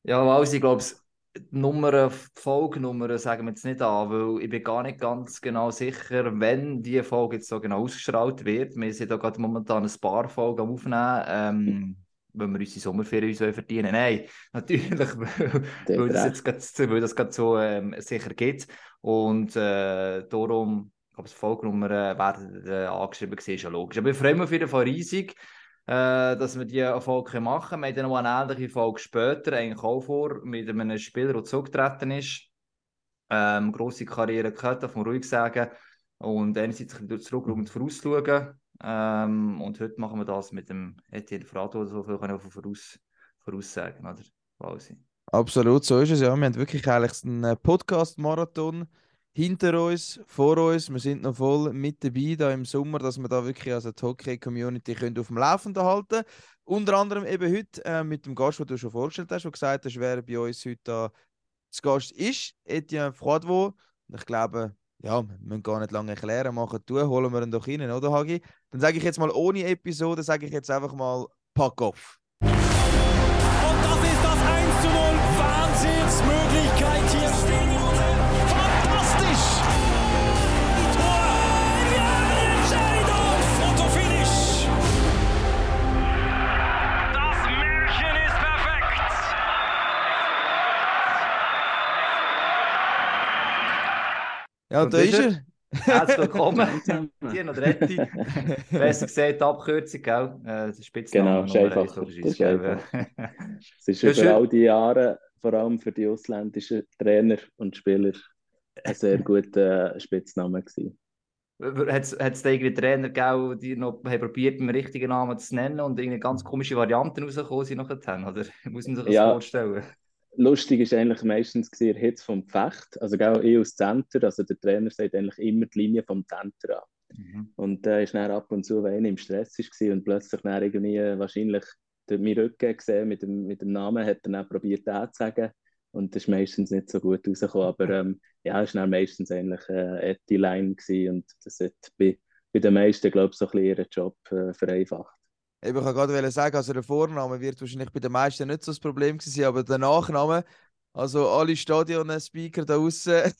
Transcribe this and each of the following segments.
Ja, also ich glaube, die Nummern, die Folgennummern sagen wir jetzt nicht an, weil ich bin gar nicht ganz genau sicher, wenn die Folge jetzt so genau ausgestrahlt wird. Wir sind da gerade momentan ein paar Folgen am Aufnehmen, weil wir unsere Sommerferien uns verdienen. Nein, natürlich, Der weil hat das jetzt recht. weil das gerade so sicher gibt. Und darum, ich glaube, die Folgennummern werden angeschrieben, gesehen, ist ja logisch. Aber ich freue mich auf jeden Fall riesig, dass wir die Erfolge machen können. Wir haben dann noch eine ähnliche Folge später, eigentlich auch vor, mit einem Spieler, der zurückgetreten ist. Grosse Karriere gehabt, darf man ruhig sagen. Und einerseits ein bisschen zurück und vorausschauen. Und heute machen wir das mit dem Etienne Frado, so viel kann ich auch voraussagen, oder? Quasi. Absolut, so ist es ja. Wir haben wirklich eigentlich einen Podcast-Marathon hinter uns, vor uns. Wir sind noch voll mit dabei da im Sommer, dass wir da wirklich als die Hockey-Community auf dem Laufenden halten. Unter anderem eben heute mit dem Gast, den du schon vorgestellt hast, der gesagt hast, wer bei uns heute da zu Gast ist, Etienne Froidevaux. Und ich glaube, ja, wir müssen gar nicht lange erklären, machen tun, holen wir ihn doch rein, oder Hagi? Dann sage ich jetzt mal ohne Episode, sage ich jetzt einfach mal Pack off. Und das ist das 1:0. Wahnsinnsmöglichkeit hier. Fantastisch. Tor. Ja, Entscheidung. Fotofinish. Das Märchen ist perfekt. Ja, Und da da ist ist er. er. Herzlich willkommen. Hallo zusammen. Etienne oder Eti. Besser gesagt, die Abkürzung, gell? Der Genau, Spitzname ist Nummer 1, einfacher. Das logischerweise, ist gell? einfacher. Es ist Ja, über schön. all die Jahre, vor allem für die ausländischen Trainer und Spieler, ein sehr guter Spitzname gewesen. Hat es da irgendwie Trainer gegeben, die noch haben probiert, den richtigen Namen zu nennen und irgendwie ganz komische Varianten rausgekommen sind nachher? Oder muss man sich das Ja, vorstellen? lustig ist eigentlich meistens der Hit vom Gefecht, also auch ich als Center, also der Trainer sagt eigentlich immer die Linie vom Center an. Mhm. Und ist dann ab und zu, wenn einer im Stress war und plötzlich dann irgendwie wahrscheinlich meinen Rücken gesehen mit dem Namen, hat er dann probiert, den zu sagen. Und das ist meistens nicht so gut rausgekommen. Aber ja, es war dann meistens eigentlich die Line gewesen und das hat bei den meisten, glaube ich, so ein bisschen ihren Job vereinfacht. Eben, ich wollte gerade sagen, also der Vorname wird wahrscheinlich bei den meisten nicht so das Problem gewesen sein, aber der Nachname, also alle Stadion-Speaker da draußen,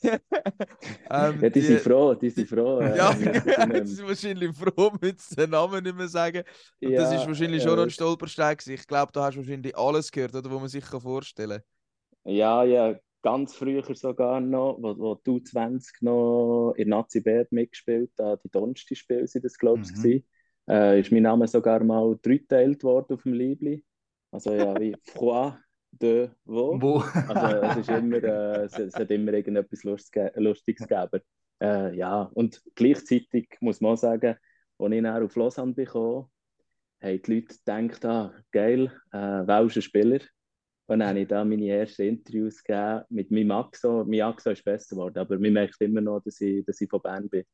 Ja, die sind die, froh, die sind die, froh, ja, müssen sie die nicht mehr. sind wahrscheinlich froh, wenn sie den Namen nicht mehr sagen. Und das ist Ja, wahrscheinlich schon noch ja, ein Stolperstein gewesen. Ich glaube, da hast du wahrscheinlich alles gehört, oder, wo man sich vorstellen kann. ja, ja, ganz früher sogar noch, wo die U20 noch in Nazi Bern mitgespielt hat, die Donnerstag-Spiele sind das, glaube ich, Mhm. gewesen, ist mein Name sogar mal dreigeteilt worden auf dem Liebli. Also ja, wie Froid de Vaux. Wo? Also es ist immer, es hat immer irgendetwas Lustiges gegeben. Ja, und gleichzeitig muss man auch sagen, als ich dann auf Lausanne bekam, haben die Leute gedacht, ah, geil, welcher Spieler. Und dann habe ich da meine ersten Interviews gegeben mit meinem Akzent. Mein Akzent ist besser geworden, aber man merkt immer noch, dass ich von Bern bin,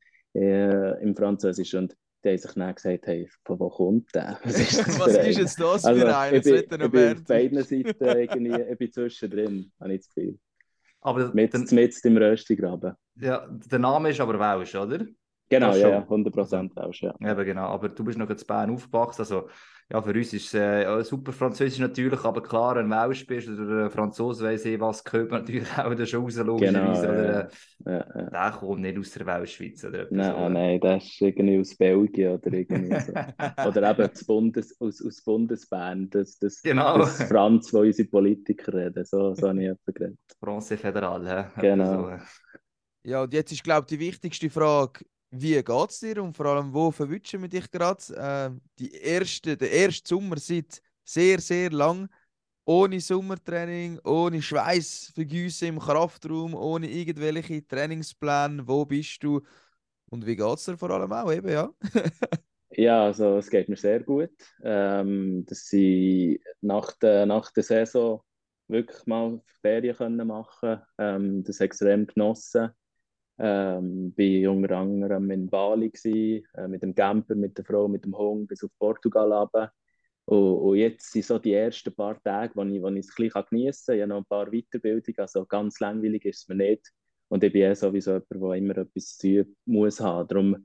im Französischen. Und die haben sich dann gesagt, hey, von wo kommt der? Was ist das Was für ist einer? jetzt das für Also ein? ich Jetzt bin, wird er ich noch bin auf Bern sein. beiden Seiten irgendwie, ich bin zwischendrin, habe ich das Gefühl. Aber Mit im Röstigraben. ja, der Name ist aber Welsch, oder? Genau, Das ja, ja, schon. Also, 100% auch, ja. Ja. eben genau. Aber du bist noch in Bern aufgewachsen. Also, ja, für uns ist es super Französisch natürlich, aber klar, wenn du Welsch bist oder ein Franzose weiss ich was, gehört man natürlich auch da schon raus, Genau, logischerweise. Oder, ja. Ja, ja. der kommt nicht aus der Weltschweiz oder etwas so. Nein, nein, das ist irgendwie aus Belgien oder irgendwie so. Oder eben aus Bundesbern, Genau. das Franz, wo unsere Politiker reden. So habe ich etwa geredet. France Fédéral, hä? Etwas so. Genau. Ja, und jetzt ist, glaube ich, die wichtigste Frage, wie geht es dir und vor allem, wo verwünschen wir dich gerade? Der erste Sommer seit sehr, sehr lang, ohne Sommertraining, ohne Schweißvergüsse im Kraftraum, ohne irgendwelche Trainingspläne. Wo bist du und wie geht es dir vor allem auch eben, ja? Ja, also es geht mir sehr gut. Dass ich nach der Saison wirklich mal Ferien können machen das extrem genossen. Bin unter anderem in Bali gsi, mit dem Camper, mit der Frau, mit dem Hund bis auf Portugal runter. Und jetzt sind so die ersten paar Tage, wo ich es ein bisschen geniessen kann. Ich habe noch ein paar Weiterbildungen, also ganz langweilig ist es mir nicht. Und ich bin sowieso jemand, der immer etwas zu tun muss haben. Darum,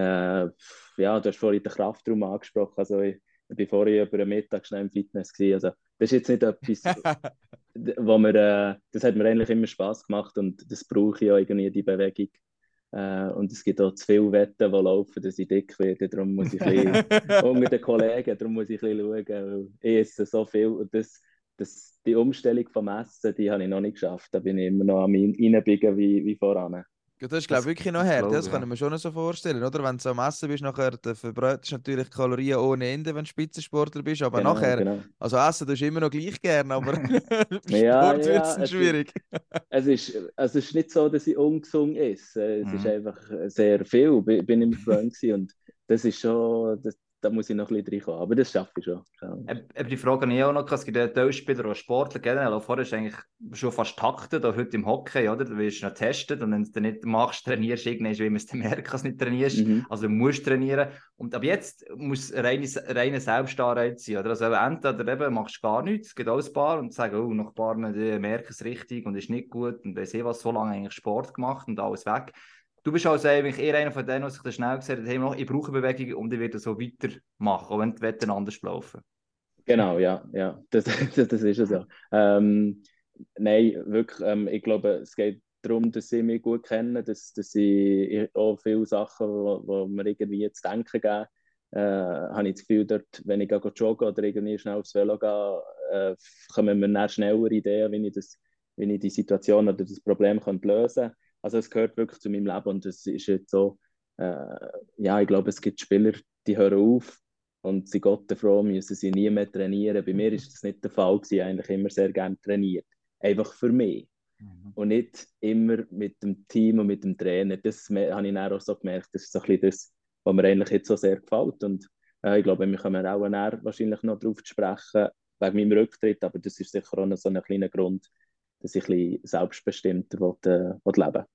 ja, du hast vorhin den Kraftraum angesprochen. Also ich bin vorhin über den Mittag schnell im Fitness gewesen. Also das ist jetzt nicht etwas, das hat mir eigentlich immer Spass gemacht und das brauche ich auch irgendwie, die Bewegung. Und es gibt auch zu viele Wetten, die laufen, dass ich dick werde. Darum muss ich ein bisschen unter den Kollegen, darum muss ich ein bisschen schauen, weil ich esse so viel. Und die Umstellung vom Essen, die habe ich noch nicht geschafft. Da bin ich immer noch am Reinbiegen wie voran. Ja, das ist, Das- glaube ich, wirklich noch das hart. glaube Das ich, kann ja. ich mir schon so vorstellen, oder? Wenn du am Essen bist, nachher dann verbrennst du natürlich Kalorien ohne Ende, wenn du Spitzensportler bist. Aber Genau, nachher, genau. also Essen tust du immer noch gleich gern, aber beim Ja, Sport ja, wird es ja. dann schwierig. Es ist nicht so, dass ich ungesund esse. Es ist Mhm. einfach sehr viel. Bin ich mir gewöhnt gewesen. Und das ist schon, da muss ich noch ein bisschen reinkommen. Aber das schaffe ich schon. Aber die Frage habe ich auch noch, es gibt ja Teilspieler oder Sportler generell, auch vorher ist eigentlich schon fast taktet, auch heute im Hockey, oder? Du wirst noch getestet und wenn du es dann nicht machst, trainierst, irgendwann will man es dann merken, dass du nicht trainierst, Mhm. also du musst trainieren und ab jetzt muss es reine Selbstanreiz sein, oder? Also entweder eben machst du gar nichts, es gibt auch ein paar und sagen, oh, nach ein paar die merken es richtig und ist nicht gut und weiss was, so lange eigentlich Sport gemacht und alles weg. Du bist also eigentlich eher einer von denen, der sich dann schnell gesagt hat, hey, ich brauche Bewegung und ich werde so weitermachen, auch wenn die Wetten anders laufen. Genau, ja, ja. Das ist es ja. Nein, wirklich, ich glaube, es geht darum, dass sie mich gut kennen, dass ich auch viele Sachen, wo mir irgendwie jetzt denken geben, habe ich das Gefühl, dort, wenn ich gehe joggen oder irgendwie schnell aufs Velo gehe, kommen mir dann schneller Ideen, wie ich die Situation oder das Problem könnte lösen könnte. Also es gehört wirklich zu meinem Leben und es ist jetzt so, ja, ich glaube, es gibt Spieler, die hören auf und sie Gott froh, müssen sie nie mehr trainieren. Bei mir ist das nicht der Fall gewesen, eigentlich immer sehr gerne trainiert. Einfach für mich. Und nicht immer mit dem Team und mit dem Trainer. Das habe ich dann auch so gemerkt. Das ist so ein bisschen das, was mir eigentlich jetzt so sehr gefällt. Und ich glaube, wir kommen auch nachher wahrscheinlich noch darauf zu sprechen, wegen meinem Rücktritt. Aber das ist sicher auch noch so ein kleiner Grund, dass ich ein bisschen selbstbestimmter leben will.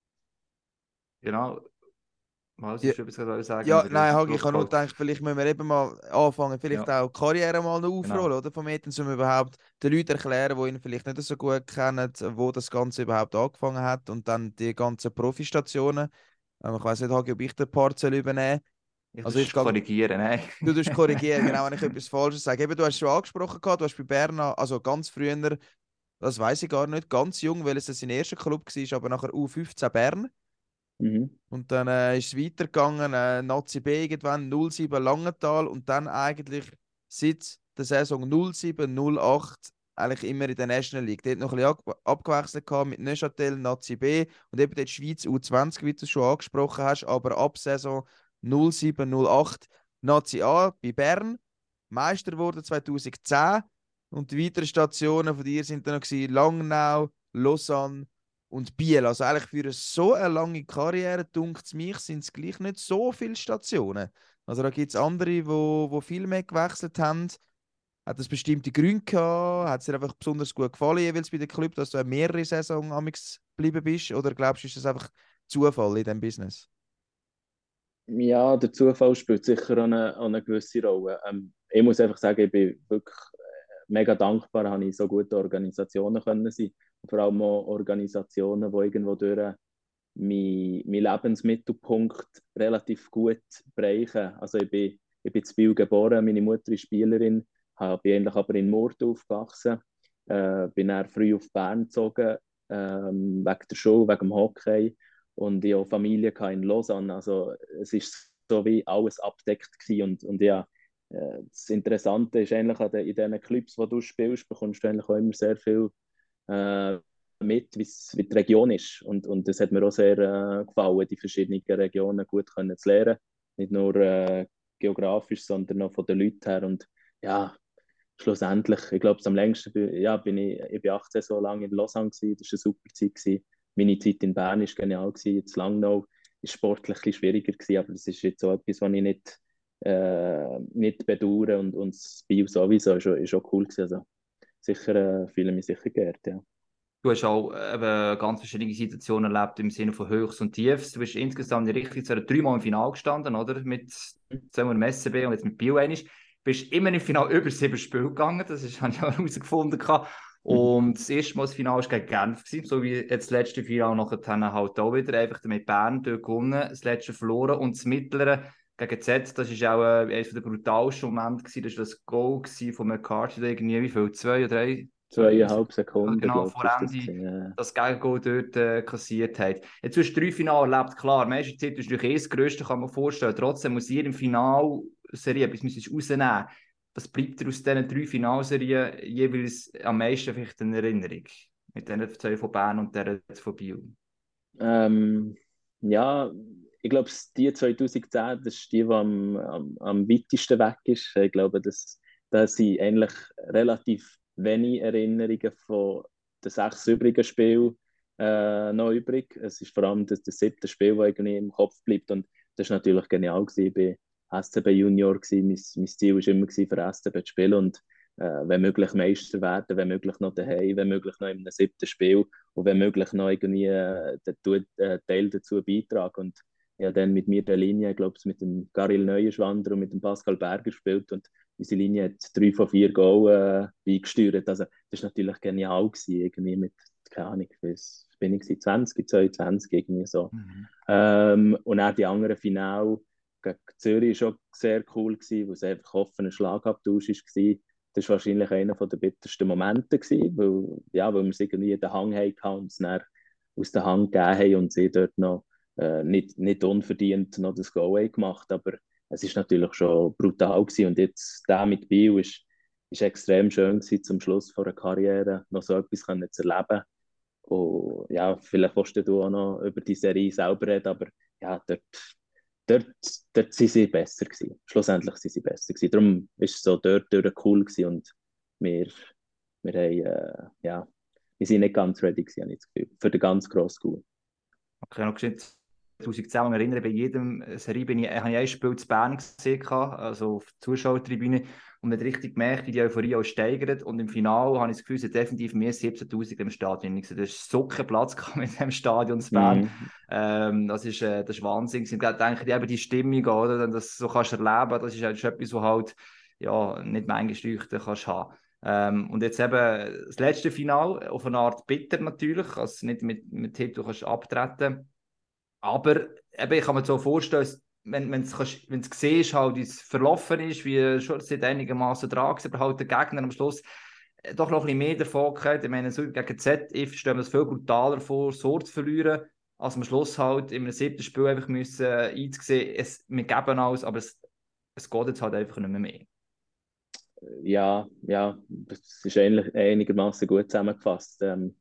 Genau. Was Ja, ist etwas gerade sagen? ja, Oder nein, ist Hagi, ich habe nur draufgekommen? gedacht, vielleicht müssen wir eben mal anfangen, vielleicht Ja, auch die Karriere mal noch aufrollen, genau. oder? Vom Ethan, um überhaupt den Leuten erklären, die ihn vielleicht nicht so gut kennen, wo das Ganze überhaupt angefangen hat und dann die ganzen Profistationen. Ich weiß nicht, Hagi, ob ich den Part soll übernehmen. Ich Also muss jetzt gehe korrigieren, nein. du darfst korrigieren, genau, wenn ich etwas Falsches sage. Eben, du hast es schon angesprochen gehabt, du hast bei Bern, also ganz früher, das weiß ich gar nicht, ganz jung, weil es sein erster Club war, aber nachher U15 Bern. Mhm. Und dann ist es weitergegangen, Nazi B irgendwann, 07 Langenthal und dann eigentlich seit der Saison 07, 08 eigentlich immer in der National League. Dort noch ein bisschen abgewechselt gehabt mit Neuchâtel, Nazi B und eben dort Schweiz U20, wie du es schon angesprochen hast, aber ab Saison 07, 08 Nazi A bei Bern, Meister geworden 2010 und die weiteren Stationen von dir sind dann noch gewesen, Langnau, Lausanne und Biel. Also eigentlich für so eine lange Karriere, dunkt es mich, sind es gleich nicht so viele Stationen. Also da gibt es andere, wo viel mehr gewechselt haben. Hat das bestimmte Gründe gehabt? Hat es dir einfach besonders gut gefallen, jeweils bei den Club, dass du mehrere Saisons amigs geblieben bist? Oder glaubst du, ist das einfach Zufall in diesem Business? Ja, der Zufall spielt sicher auch eine gewisse Rolle. Ich muss einfach sagen, ich bin wirklich mega dankbar, dass ich in so gute Organisationen können sein. Vor allem auch Organisationen, die irgendwo durch meinen Lebensmittelpunkt relativ gut bereichen. Also ich bin in Biel geboren, meine Mutter ist Spielerin, bin eigentlich aber in Murten aufgewachsen, bin dann früh auf Bern gezogen, wegen der Schule, wegen dem Hockey und ich hatte Familie in Lausanne. Also es ist so wie alles abdeckt gewesen. Und ja, das Interessante ist eigentlich in den Clubs, wo du spielst, bekommst du eigentlich auch immer sehr viel äh, mit, wie die Region ist. Und das hat mir auch sehr gefallen, die verschiedenen Regionen gut können zu lernen. Nicht nur geografisch, sondern auch von den Leuten her. Und ja, schlussendlich, ich glaube, am längsten ich bin 18 so lange in Lausanne gewesen, das war eine super Zeit gewesen. Meine Zeit in Bern war genial gewesen, jetzt Langnau ist sportlich ein bisschen schwieriger gewesen, aber das ist jetzt so etwas, was ich nicht bedauere und das Bio sowieso ist auch cool gewesen. Also sicher, fühle mich sicher geehrt, ja. Du hast auch eben ganz verschiedene Situationen erlebt im Sinne von Höchst und Tiefs. Du bist insgesamt in Richtung 3-mal im Finale gestanden, oder? Mit zweimal im SCB und jetzt mit Biel einmal. Bist immer im Finale über 7 Spiele gegangen, das habe ich auch herausgefunden. Und das erste Mal das Finale war gegen Genf, so wie jetzt das letzte Finale nachher halt auch wieder. Einfach mit Bern dort gewonnen, das letzte verloren und das mittlere gegen Z, das war auch eines der brutalsten Momente gewesen. Das war das Goal von McCarthy, da irgendwie wie viel? 2 oder 3? 2,5 Sekunden, genau, glaube vor ich, ist das Ende gewesen. das Gegengol dort kassiert hat. Jetzt hast du 3 Finale erlebt, klar, meiste Zeit ist natürlich das Größte, kann man vorstellen. Trotzdem muss jeder im Finalserie etwas rausnehmen. Was bleibt dir aus diesen 3 Finalserien jeweils am meisten vielleicht in Erinnerung? Mit diesen 2 von Bern und der von Biel. Ja, ich glaube, die 2010, das ist die, die am weitesten weg ist. Ich glaube, da sind eigentlich relativ wenige Erinnerungen von den 6 übrigen Spielen noch übrig. Es ist vor allem das 7. Spiel, das irgendwie im Kopf bleibt. Und das war natürlich genial gewesen. Ich war SCB Junior gewesen. Mein Ziel war immer gewesen, für SCB zu spielen und wenn möglich Meister werden, wenn möglich noch daheim, wenn möglich noch in einem 7. Spiel und wenn möglich noch irgendwie den Teil dazu beitragen. Und ja, dann mit mir der Linie, ich glaube, mit dem Garil Neuenschwander und mit dem Pascal Berger gespielt und unsere Linie hat 3 von 4 Goal beigesteuert. Also das war natürlich genial gewesen, irgendwie mit, keine Ahnung, was bin ich gewesen, 20, 22, irgendwie so. Und auch die anderen Finale gegen Zürich war schon sehr cool gewesen, weil es einfach offener Schlagabtausch war. Das war wahrscheinlich einer der bittersten Momente gewesen, weil wir es irgendwie in den Hang hatten und es dann aus der Hand gegeben haben und sie dort noch nicht unverdient noch das Goal gemacht, aber es ist natürlich schon brutal gewesen. Und jetzt der mit Biel ist extrem schön gewesen, zum Schluss von einer Karriere noch so etwas zu erleben. Und ja, vielleicht willst du auch noch über die Serie selber reden, aber ja, dort sind sie besser gewesen. Schlussendlich sind sie besser gewesen. Darum war es so dort cool gewesen und wir haben, wir sind nicht ganz ready gewesen, habe ich das Gefühl, für den ganz grossen Goal. Okay, noch gesehen, 2010 erinnere, bei jedem Serie habe ich ein Spiel zu Bern gesehen, also auf der Zuschauertribüne, und man hat richtig gemerkt, wie die Euphorie auch steigert. Und im Finale habe ich das Gefühl, es hat definitiv mehr 17'000 im Stadion gesehen. Das ist so kein Platz mit dem Stadion zu Bern. Das ist Wahnsinn. Ich denke, eben die Stimmung, oder, wenn du das so kannst erleben, das ist etwas, was halt ja, nicht manchmal kannst haben. Und jetzt eben das letzte Finale, auf eine Art bitter natürlich, also nicht mit Tipp, du kannst abtreten. Aber eben, ich kann mir so vorstellen, wenn du siehst, halt, wie es verlaufen ist, wie schon seit einigermaßen dran ist, aber halt der Gegner am Schluss doch noch ein bisschen mehr davon gehabt. Ich meine, so gegen ZF stellen wir es viel brutaler vor, so zu verlieren, als am Schluss halt in einem 7. Spiel einfach müssen einzusehen, wir geben alles, aber es geht jetzt halt einfach nicht mehr. Ja, das ist einigermaßen gut zusammengefasst.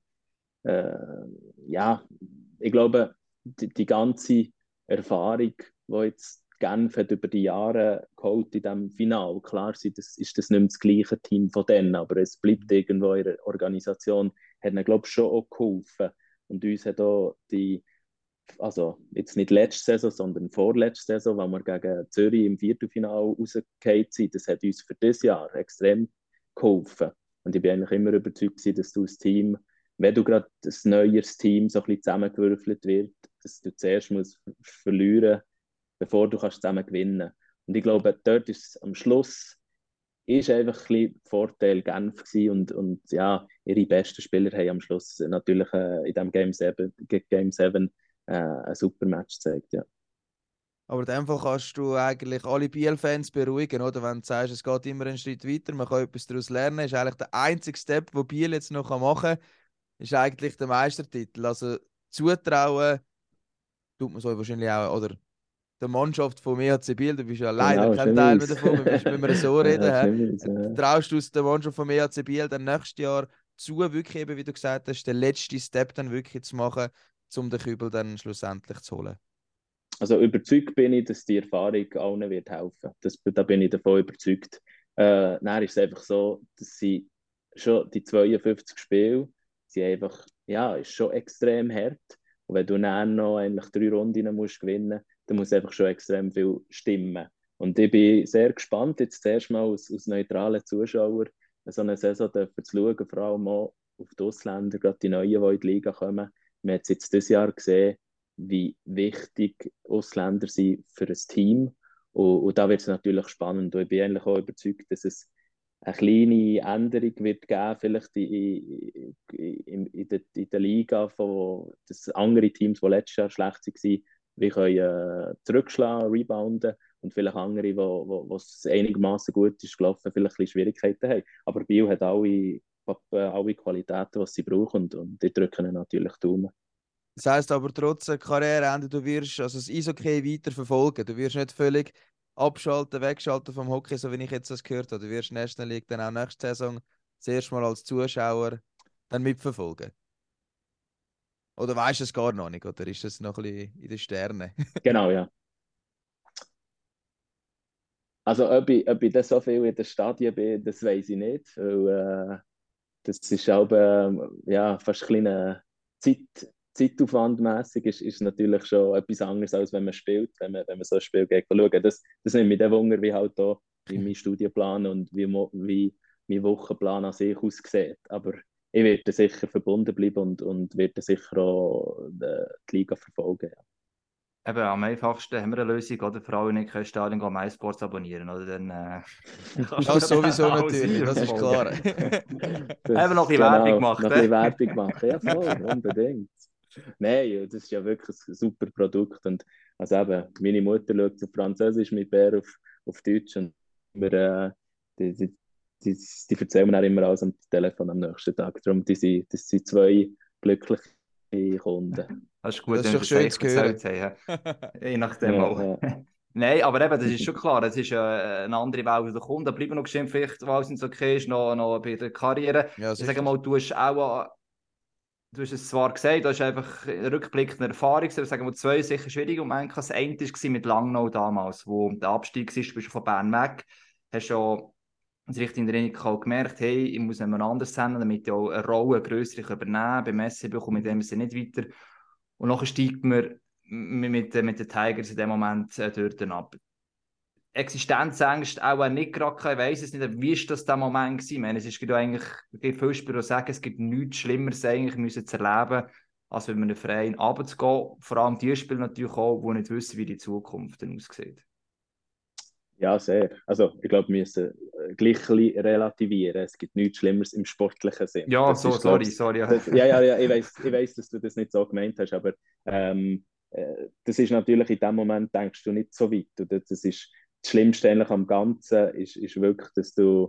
Ja, ich glaube, die ganze Erfahrung, die jetzt Genf hat über die Jahre geholt in diesem Finale, klar ist das nicht mehr das gleiche Team von denen, aber es bleibt irgendwo in der Organisation, hat ihnen, glaube ich, schon auch geholfen. Und uns hat auch also jetzt nicht letzte Saison, sondern vorletzte Saison, wenn wir gegen Zürich im Viertelfinale rausgefallen sind, das hat uns für dieses Jahr extrem geholfen. Und ich bin eigentlich immer überzeugt, dass du das Team, wenn du gerade ein neues Team so ein bisschen zusammengewürfelt wird, dass du zuerst musst verlieren, bevor du zusammen gewinnen kannst. Und ich glaube, dort ist am Schluss ist einfach ein bisschen Vorteil Genf gewesen und ja, ihre besten Spieler haben am Schluss natürlich in diesem Game 7 ein super Match gezeigt, ja. Aber in dem Fall kannst du eigentlich alle Biel-Fans beruhigen, oder? Wenn du sagst, es geht immer einen Schritt weiter, man kann etwas daraus lernen, ist eigentlich der einzige Step, den Biel jetzt noch machen kann, ist eigentlich der Meistertitel. Also zutrauen tut man so wahrscheinlich auch, oder der Mannschaft vom EHC Biel, du bist ja leider Genau, kein Teil mehr Schimmelis. davon, wenn wir so reden. Schimmelis, ja. Traust du es der Mannschaft vom EHC Biel dann nächstes Jahr zu, wirklich eben, wie du gesagt hast, den letzten Step dann wirklich zu machen, um den Kübel dann schlussendlich zu holen? Also überzeugt bin ich, dass die Erfahrung allen wird helfen. Da bin ich davon überzeugt. Dann ist es einfach so, dass sie schon die 52 Spiele sind einfach, ja, ist schon extrem hart. Und wenn du dann noch eigentlich 3 Runden musst gewinnen, dann muss einfach schon extrem viel stimmen. Und ich bin sehr gespannt, jetzt zuerst mal als neutralen Zuschauer so eine Saison zu schauen, vor allem auch auf die Ausländer, gerade die Neuen, die in die Liga kommen. Wir haben jetzt dieses Jahr gesehen, wie wichtig Ausländer sind für ein Team. Und da wird es natürlich spannend. Und ich bin eigentlich auch überzeugt, dass es eine kleine Änderung wird geben, vielleicht in der Liga, dass andere Teams, die letztes Jahr schlecht waren, wir können zurückschlagen, rebounden und vielleicht andere, wo es einigermaßen gut ist gelaufen, vielleicht ein bisschen Schwierigkeiten haben. Aber Biel hat alle alle Qualitäten, die sie brauchen und die drücken ihnen natürlich die Daumen. Das heisst aber trotz Karriereende, du wirst also das Eishockey weiter verfolgen. Du wirst nicht völlig abschalten, wegschalten vom Hockey, so wie ich jetzt das gehört habe. Du wirst National League dann auch nächste Saison das erste Mal als Zuschauer dann mitverfolgen. Oder weißt du es gar noch nicht? Oder ist das noch ein bisschen in den Sternen? Genau, ja. Also ob ich dann so viel in den Stadien bin, das weiß ich nicht, weil das ist auch ja, fast ein kleiner Zeitaufwandmässig ist natürlich schon etwas anderes, als wenn man spielt, wenn man so ein Spiel geht schauen. Das nimmt mich dann Wunder, wie halt da wie mein Studienplan und wie mein Wochenplan an sich aussieht. Aber ich werde sicher verbunden bleiben und werde sicher auch die Liga verfolgen. Ja. Eben, am einfachsten haben wir eine Lösung, oder? Für alle nicht können Stadion gehen, MySports abonnieren, oder? Dann kannst du Das sowieso alles natürlich, das ist klar. Eben noch ein bisschen Genau, Werbung gemacht. noch ein bisschen Werbung machen, ja voll, unbedingt. Nein, das ist ja wirklich ein super Produkt. Und also eben, meine Mutter schaut auf Französisch, mit Bär auf Deutsch und wir, die erzählen mir dann immer alles am Telefon am nächsten Tag. Darum das sind zwei glückliche Kunden. Das ist gut, Das wenn ist wir doch schön es zu hören. erzählt haben. Je nachdem Ja, auch. ja. Nein, aber eben, das ist schon klar. Es ist eine andere Welt, die da kommt. Da bleiben noch geschehen, vielleicht, weil es okay ist, noch bei der Karriere. Ja, Ich sicher. sage mal, du hast es zwar gesagt, du hast einfach rückblickend eine Erfahrung, aber sagen wir zwei sicher schwierig. Und manchmal das eine war mit Langnau damals, wo der Abstieg ist, du bist von Bern weg, hast schon richtig in der Erinnerung gemerkt, hey, ich muss jemand anders senden, damit ich auch eine Rolle größere übernehmen kann. Beim SC bekomme ich dem nicht weiter. Und nachher steigt man mit den Tigers in dem Moment dort ab. Existenzängste auch nicht gerade, ich weiss es nicht, wie ist das der Moment gewesen? Ich meine, es ist eigentlich, viele Spieler sagen, es gibt nichts Schlimmeres eigentlich müssen zu erleben, als wenn man einen Verein runterzugehen. Vor allem die Spieler natürlich auch, die nicht wissen, wie die Zukunft dann aussieht. Ja, sehr. Also ich glaube, wir müssen gleich ein bisschen relativieren. Es gibt nichts Schlimmeres im sportlichen Sinn. Ja, Das so, ist, sorry. Ja, ich weiß, dass du das nicht so gemeint hast, aber das ist natürlich in dem Moment, denkst du nicht so weit. Und das ist das Schlimmste eigentlich am Ganzen, ist wirklich, dass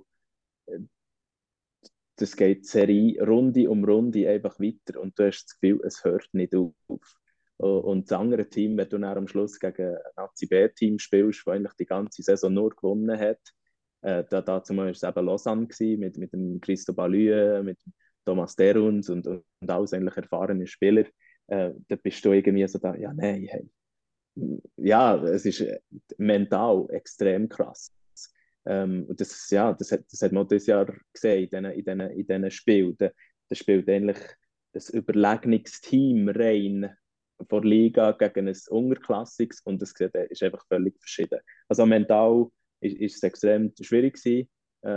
das geht Serie Runde um Runde einfach weiter und du hast das Gefühl, es hört nicht auf. Und das andere Team, wenn du dann am Schluss gegen ein Nazi-B-Team spielst, das eigentlich die ganze Saison nur gewonnen hat, dazu war es eben Lausanne mit dem Christo Balue, mit Thomas Deruns und alles eigentlich erfahrene Spieler, da bist du irgendwie so da, ja, nein, hey. Ja, es ist mental extrem krass. Und das hat man dieses Jahr gesehen in diesen Spielen. Da spielt eigentlich ein überlegenes Team rein von der Liga gegen ein unterklassiges und das ist einfach völlig verschieden. Also mental ist es extrem schwierig gewesen.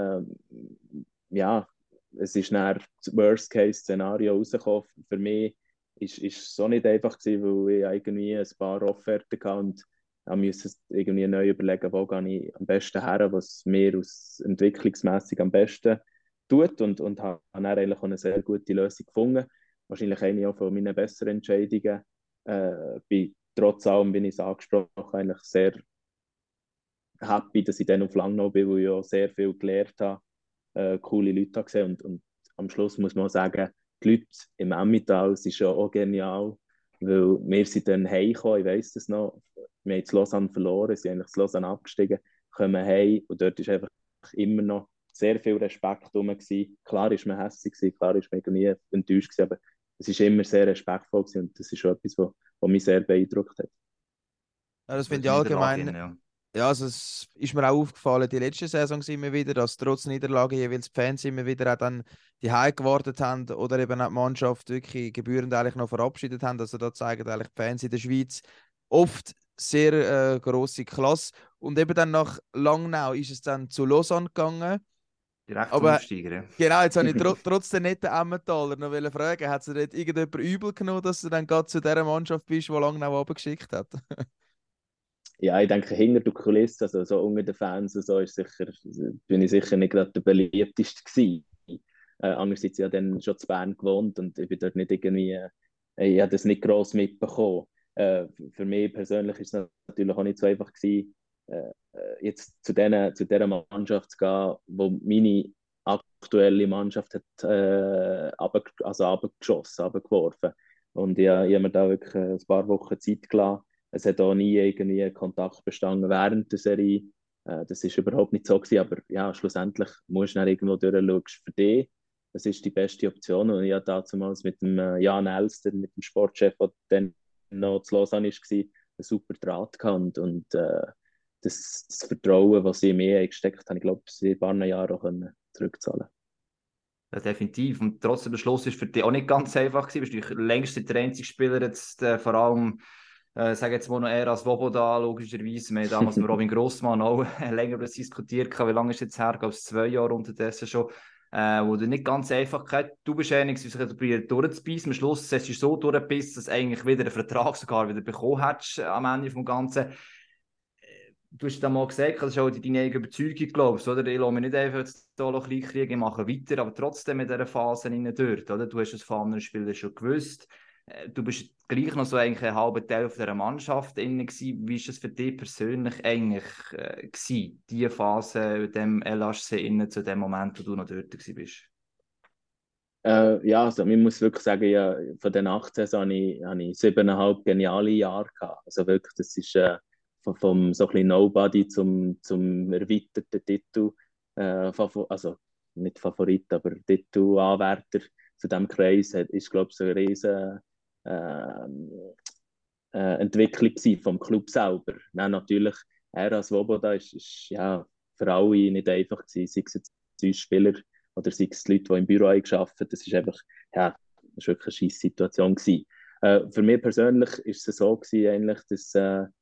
Ja, es ist dann das Worst-Case-Szenario rausgekommen. Für mich ist es so nicht einfach gewesen, weil ich irgendwie ein paar Offerten hatte und musste irgendwie neu überlegen, wo gehe ich am besten her, was mir aus entwicklungsmässig am besten tut und habe dann eigentlich auch eine sehr gute Lösung gefunden. Wahrscheinlich eine auch von meinen besseren Entscheidungen. Trotz allem bin ich es angesprochen, eigentlich sehr happy, dass ich dann auf Langnau bin, weil ich auch sehr viel gelernt habe, coole Leute habe gesehen und am Schluss muss man auch sagen, die Leute im Emmental sind schon auch genial, weil wir sind dann heimgekommen, ich weiss das noch, wir haben Lausanne verloren, sind eigentlich zu Lausanne abgestiegen, kommen heim und dort ist einfach immer noch sehr viel Respekt rum gewesen. Klar ist man hässlich gewesen, klar ist man irgendwie enttäuscht gewesen, aber es ist immer sehr respektvoll gewesen und das ist schon etwas, was mich sehr beeindruckt hat. Ja, das finde ich allgemein. Ja, also es ist mir auch aufgefallen, die letzte Saison sind wir wieder, dass trotz Niederlage jeweils die Fans immer wieder auch dann die Heim gewartet haben oder eben auch die Mannschaft wirklich gebührend eigentlich noch verabschiedet haben. Also da zeigen eigentlich die Fans in der Schweiz oft sehr grosse Klasse. Und eben dann nach Langnau ist es dann zu Lausanne gegangen. Direkt aber Aufsteiger, ja. Genau, jetzt habe ich trotz der netten Emmentaler noch fragen, hat sie dort irgendjemand übel genommen, dass du dann gerade zu dieser Mannschaft bist, die Langnau runtergeschickt hat? Ja, ich denke, hinter der Kulisse, also so unter den Fans und so, bin ich sicher nicht gerade der beliebteste gewesen. Andererseits habe ich ja dann schon zu Bern gewohnt und ich bin dort nicht irgendwie, ich habe das nicht gross mitbekommen. Für mich persönlich ist es natürlich auch nicht so einfach gewesen, jetzt zu dieser Mannschaft zu gehen, wo meine aktuelle Mannschaft hat runtergeworfen. Und ich habe mir da wirklich ein paar Wochen Zeit gelassen. Es hat auch nie irgendwie Kontakt bestanden während der Serie. Das ist überhaupt nicht so gewesen, aber ja, schlussendlich musst du dann irgendwo durchschauen für dich. Das ist die beste Option. Und ich habe damals mit dem Jan Elster, mit dem Sportchef, der dann noch zu Lausanne war, einen super Draht gehabt. Und das Vertrauen, das sie in mich gesteckt haben, ich glaube, sie ein paar Jahre auch zurückzahlen. Ja, definitiv. Und trotzdem, der Schluss war für dich auch nicht ganz einfach gewesen. Du bist längst der einzige Spieler, jetzt, vor allem, sage jetzt mal noch eher als Woboda, logischerweise. Wir haben damals mit Robin Grossmann auch länger darüber diskutiert, wie lange ist jetzt her, ich glaube, 2 Jahre unterdessen schon, wo du nicht ganz einfach gehabt. Du bist einer, der sich probiert durchzubeissen. Am Schluss hast du so durchgebissen, dass du eigentlich wieder einen Vertrag sogar wieder bekommen hättest am Ende vom Ganzen. Du hast dann mal gesagt, das ist auch deine eigene Überzeugung, glaubst du, oder? Ich lasse mich nicht einfach jetzt hier noch klein kriegen, ich mache weiter, aber trotzdem in dieser Phase durch, oder? Du hast es von anderen Spielern schon gewusst. Du bist gleich noch so eigentlich ein halber Teil auf dieser Mannschaft drin gewesen. Wie war es für dich persönlich eigentlich gewesen, diese Phase in dem LHC innen zu dem Moment, wo du noch dort bist? Ja, also man muss wirklich sagen, ja, von den 18 habe ich 7,5 geniale Jahre gehabt. Also wirklich, das ist vom so ein bisschen Nobody zum erweiterten Titel, also nicht Favorit, aber Titelanwärter zu diesem Kreis, ist, glaube ich, so eine riesen Entwicklung vom Club selber. Dann natürlich, er als Woboda ist ja für alle nicht einfach gewesen, sei es jetzt uns Spieler oder sei es die Leute, die im Büro gearbeitet haben. Das ist einfach, ja, das war wirklich eine scheisse Situation gewesen. Für mich persönlich ist es so gewesen, eigentlich, dass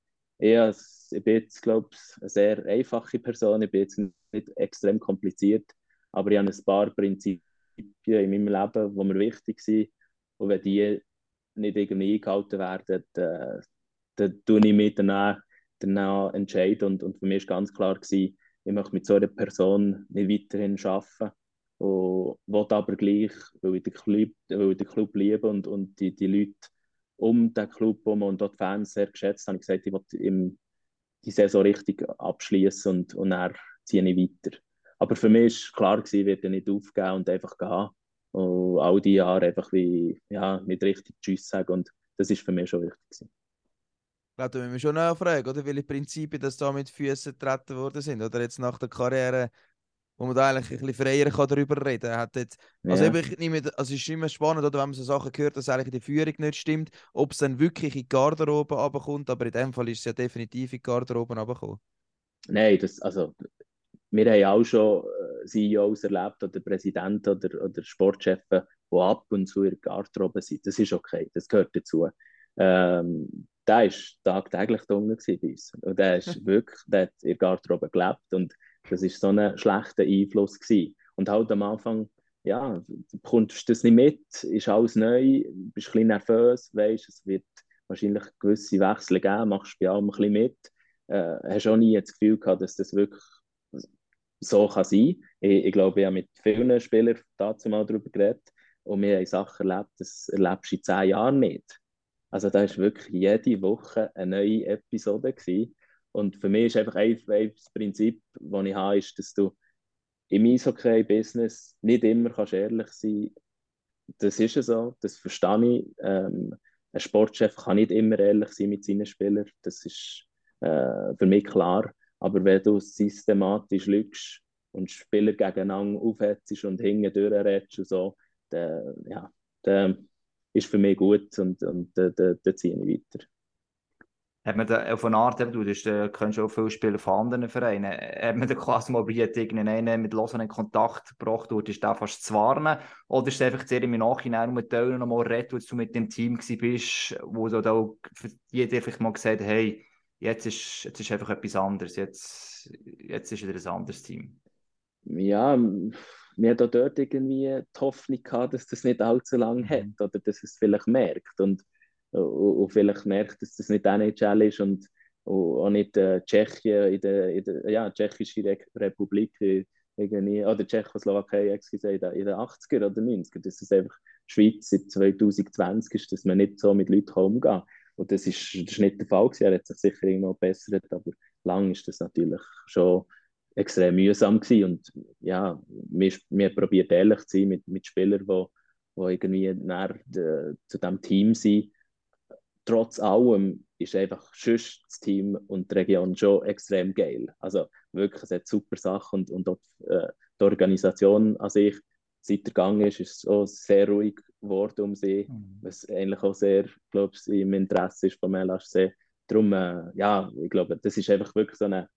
ich bin jetzt, glaube ich, eine sehr einfache Person. Ich bin jetzt nicht extrem kompliziert, aber ich habe ein paar Prinzipien in meinem Leben, die mir wichtig sind. Und wenn die nicht irgendwie eingehalten werden, dann tue ich mich danach entscheiden. Und für mich war ganz klar gewesen, ich möchte mit so einer Person nicht weiterhin arbeiten. Und will aber gleich, weil ich den Club liebe und die Leute um den Club herum und dort die Fans sehr geschätzt, habe ich gesagt, ich will die Saison richtig abschließen und dann ziehe ich weiter. Aber für mich war klar, ich werde nicht aufgeben und einfach gehen. Und all die Jahre einfach nicht richtig Tschüss sagen. Und das ist für mich schon wichtig gewesen. Ich glaube, da müssen wir schon nachfragen, oder? Welche Prinzipien das da mit Füßen getreten worden sind. Oder jetzt nach der Karriere, wo man da eigentlich ein bisschen freier kann darüber reden kann. Also, Ja. es ist immer spannend, oder, wenn man so Sachen hört, dass eigentlich die Führung nicht stimmt, ob es dann wirklich in die Garderobe runterkommt, aber in dem Fall ist es ja definitiv in die Garderobe runtergekommen. Nein, wir haben auch schon CEOs erlebt oder Präsidenten oder Sportchefs, die ab und zu in der Garderobe sind. Das ist okay, das gehört dazu. Der war tagtäglich da unten bei uns. Und der hat in der Garderobe gelebt und das war so ein schlechter Einfluss gewesen. Und halt am Anfang, ja, bekommst du das nicht mit, ist alles neu, bist ein bisschen nervös, weißt, es wird wahrscheinlich gewisse Wechsel geben, machst bei allem ein bisschen mit. Hast auch nie das Gefühl gehabt, dass das wirklich so kann sein. Ich glaube, ich habe mit vielen Spielern dazu mal darüber geredet und wir haben Sachen erlebt, das erlebst du in 10 Jahren nicht. Also da war wirklich jede Woche eine neue Episode gewesen. Und für mich ist einfach ein das Prinzip, das ich habe, ist, dass du im Eishockey-Business nicht immer kannst ehrlich sein kannst. Das ist so, das verstehe ich. Ein Sportchef kann nicht immer ehrlich sein mit seinen Spielern. Das ist für mich klar. Aber wenn du systematisch lügst und Spieler gegeneinander aufhetzt und hinten durchredest und so, dann ist für mich gut und dann ziehe ich weiter. Hat man da auf eine Art, du kennst auch viele Spieler von anderen Vereinen, hat man da quasi mal probiert, irgendeinen mit Lausanne in Kontakt gebracht, oder ist der fast zu warnen? Oder ist es einfach sehr im Nachhinein mit Teilen noch mal reden, wo du mit dem Team bist, wo du da für jeder vielleicht mal gesagt hast, hey, jetzt ist einfach etwas anderes, jetzt ist wieder ein anderes Team? Ja, wir hatten dort irgendwie die Hoffnung gehabt, dass das nicht allzu lange hat oder dass es vielleicht merkt und vielleicht merkt, dass das nicht NHL ist und auch nicht Tschechien in der Tschechische Republik irgendwie, oder Tschechoslowakei in den 80er oder 90er, dass es einfach die Schweiz seit 2020 ist, dass man nicht so mit Leuten umgehen kann. Und das ist nicht der Fall gewesen. Er hat sich sicher irgendwo gebessert, aber lang ist das natürlich schon extrem mühsam gewesen. Und ja, wir probiert ehrlich zu sein mit Spielern, die irgendwie zu diesem Team sind. Trotz allem ist einfach sonst das Team und die Region schon extrem geil. Also wirklich, es hat super Sachen und auch die Organisation an sich, seit der Gang ist es auch sehr ruhig geworden um sie, was eigentlich auch sehr, glaube ich, im Interesse ist von LHC. Darum, ja, ich glaube, das ist einfach wirklich so eine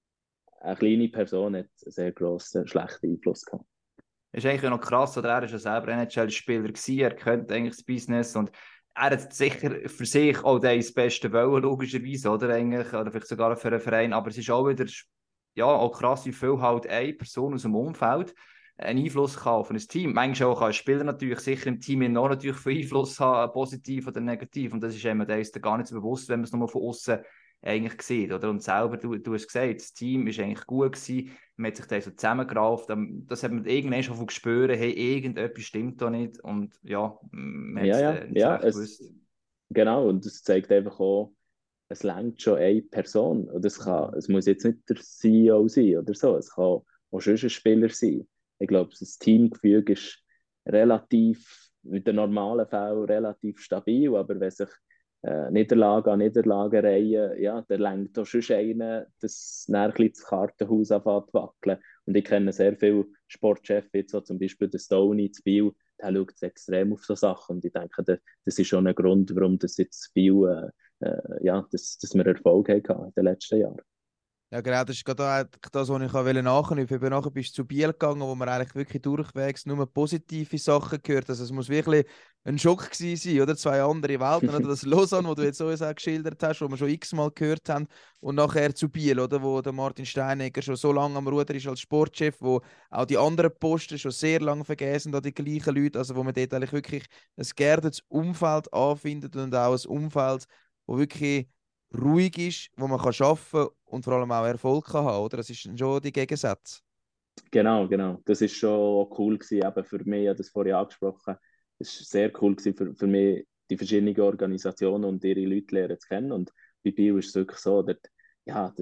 kleine Person, hat einen sehr grossen, schlechten Einfluss gehabt. Ist eigentlich noch krass, oder? Er war ja selber NHL-Spieler gewesen, er kennt eigentlich das Business und er hat sicher für sich auch das Beste wollen, logischerweise, oder? Eigentlich, oder vielleicht sogar für einen Verein, aber es ist auch wieder, ja, auch krass, wie viel halt eine Person aus dem Umfeld einen Einfluss kann auf ein Team. Manchmal auch ein Spieler natürlich sicher im Team noch natürlich viel Einfluss haben, positiv oder negativ, und das ist einem gar nicht so bewusst, wenn man es nur von außen eigentlich sieht, oder? Und selber, du hast gesagt, das Team ist eigentlich gut gewesen, man hat sich da so zusammengerauft, das hat man irgendwann schon gespürt, hey, irgendetwas stimmt da nicht, und ja, man hat Ja, es ja, nicht so ja, recht gewusst. genau, und das zeigt einfach auch, es reicht schon eine Person. Und es muss jetzt nicht der CEO sein oder so, es kann auch schon ein Spieler sein. Ich glaube, das Teamgefüge ist relativ, mit den normalen Fällen relativ stabil, aber wenn sich Niederlage an Niederlage reihen, ja, dann lenkt auch schon einer, dass dann das Kartenhaus anfängt zu wackeln. Und ich kenne sehr viele Sportchefs, jetzt so zum Beispiel der Stoney zu Biel, der schaut extrem auf so Sachen. Und ich denke, das ist schon ein Grund, warum das jetzt Biel, ja, dass wir Erfolg hatten in den letzten Jahren. Ja, genau, das ist gerade eigentlich das, was ich nachknüpfen wollte. Eben nachher bist du zu Biel gegangen, wo man eigentlich wirklich durchwegs nur positive Sachen gehört. Also es muss wirklich ein Schock gewesen sein, oder? Zwei andere Welten, oder? Das Lausanne, wo du jetzt sowieso auch geschildert hast, wo wir schon x-mal gehört haben, und nachher zu Biel, oder? Wo der Martin Steinegger schon so lange am Ruder ist als Sportchef, wo auch die anderen Posten schon sehr lange vergessen, da die gleichen Leute, also wo man dort eigentlich wirklich ein geerdetes Umfeld anfindet und auch ein Umfeld, wo wirklich ruhig ist, wo man kann arbeiten kann und vor allem auch Erfolg kann haben, oder? Das ist schon die Gegensätze. Genau, genau. Das ist schon cool gewesen, eben für mich, ich habe das vorhin angesprochen, es war sehr cool gewesen für mich, die verschiedenen Organisationen und ihre Leute lernen zu kennen. Und bei Bio ist es wirklich so, dass, ja,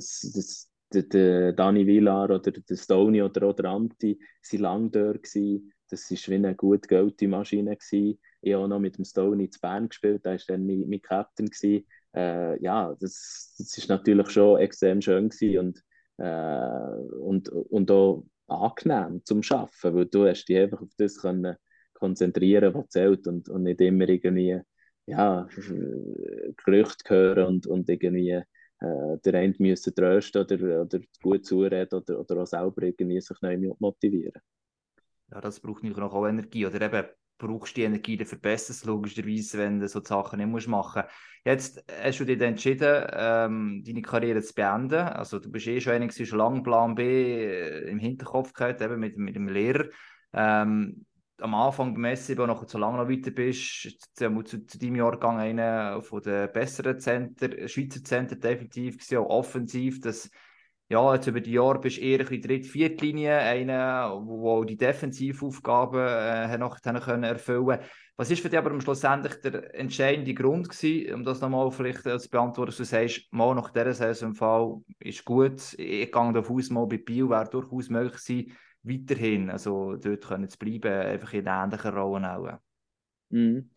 der Dani Villar oder der Stoni oder auch der Anti waren lange dort gewesen. Das war wie eine gut geölte Maschine gewesen. Ich habe auch noch mit dem Stoni zu Bern gespielt, da war dann mein Captain gewesen. Ja, das ist natürlich schon extrem schön gewesen und auch angenehm zum Arbeiten, weil du hast dich einfach auf das können konzentrieren, was zählt und nicht immer irgendwie ja, Gerüchte hören und irgendwie der eine müssen trösten oder gut zureden oder auch selber irgendwie sich neu motivieren. Ja, das braucht natürlich auch Energie. Oder eben brauchst du die Energie dafür besser, logischerweise, wenn du so Sachen nicht machen musst. Jetzt hast du dich dann entschieden, deine Karriere zu beenden. Also du bist schon einer, der schon lange Plan B im Hinterkopf gehabt, eben mit dem Lehrer. Am Anfang beim SCB, nachher so lange noch weiter bist, zu deinem Jahrgang einer von den besseren Schweizer Center definitiv gewesen, auch offensiv, das ja, jetzt über die Jahre bist du eher in der dritten, vierten Linie, einer, wo die Defensivaufgaben nachher können erfüllen. Was ist für dich aber schlussendlich der entscheidende Grund gewesen, um das nochmal vielleicht zu beantworten, dass du sagst, mal nach dieser Saison im Fall ist gut, ich gehe davon aus, mal bei Biel wäre durchaus möglich gewesen, weiterhin, also dort können zu bleiben, einfach in ähnlichen Rollen auch. Mhm.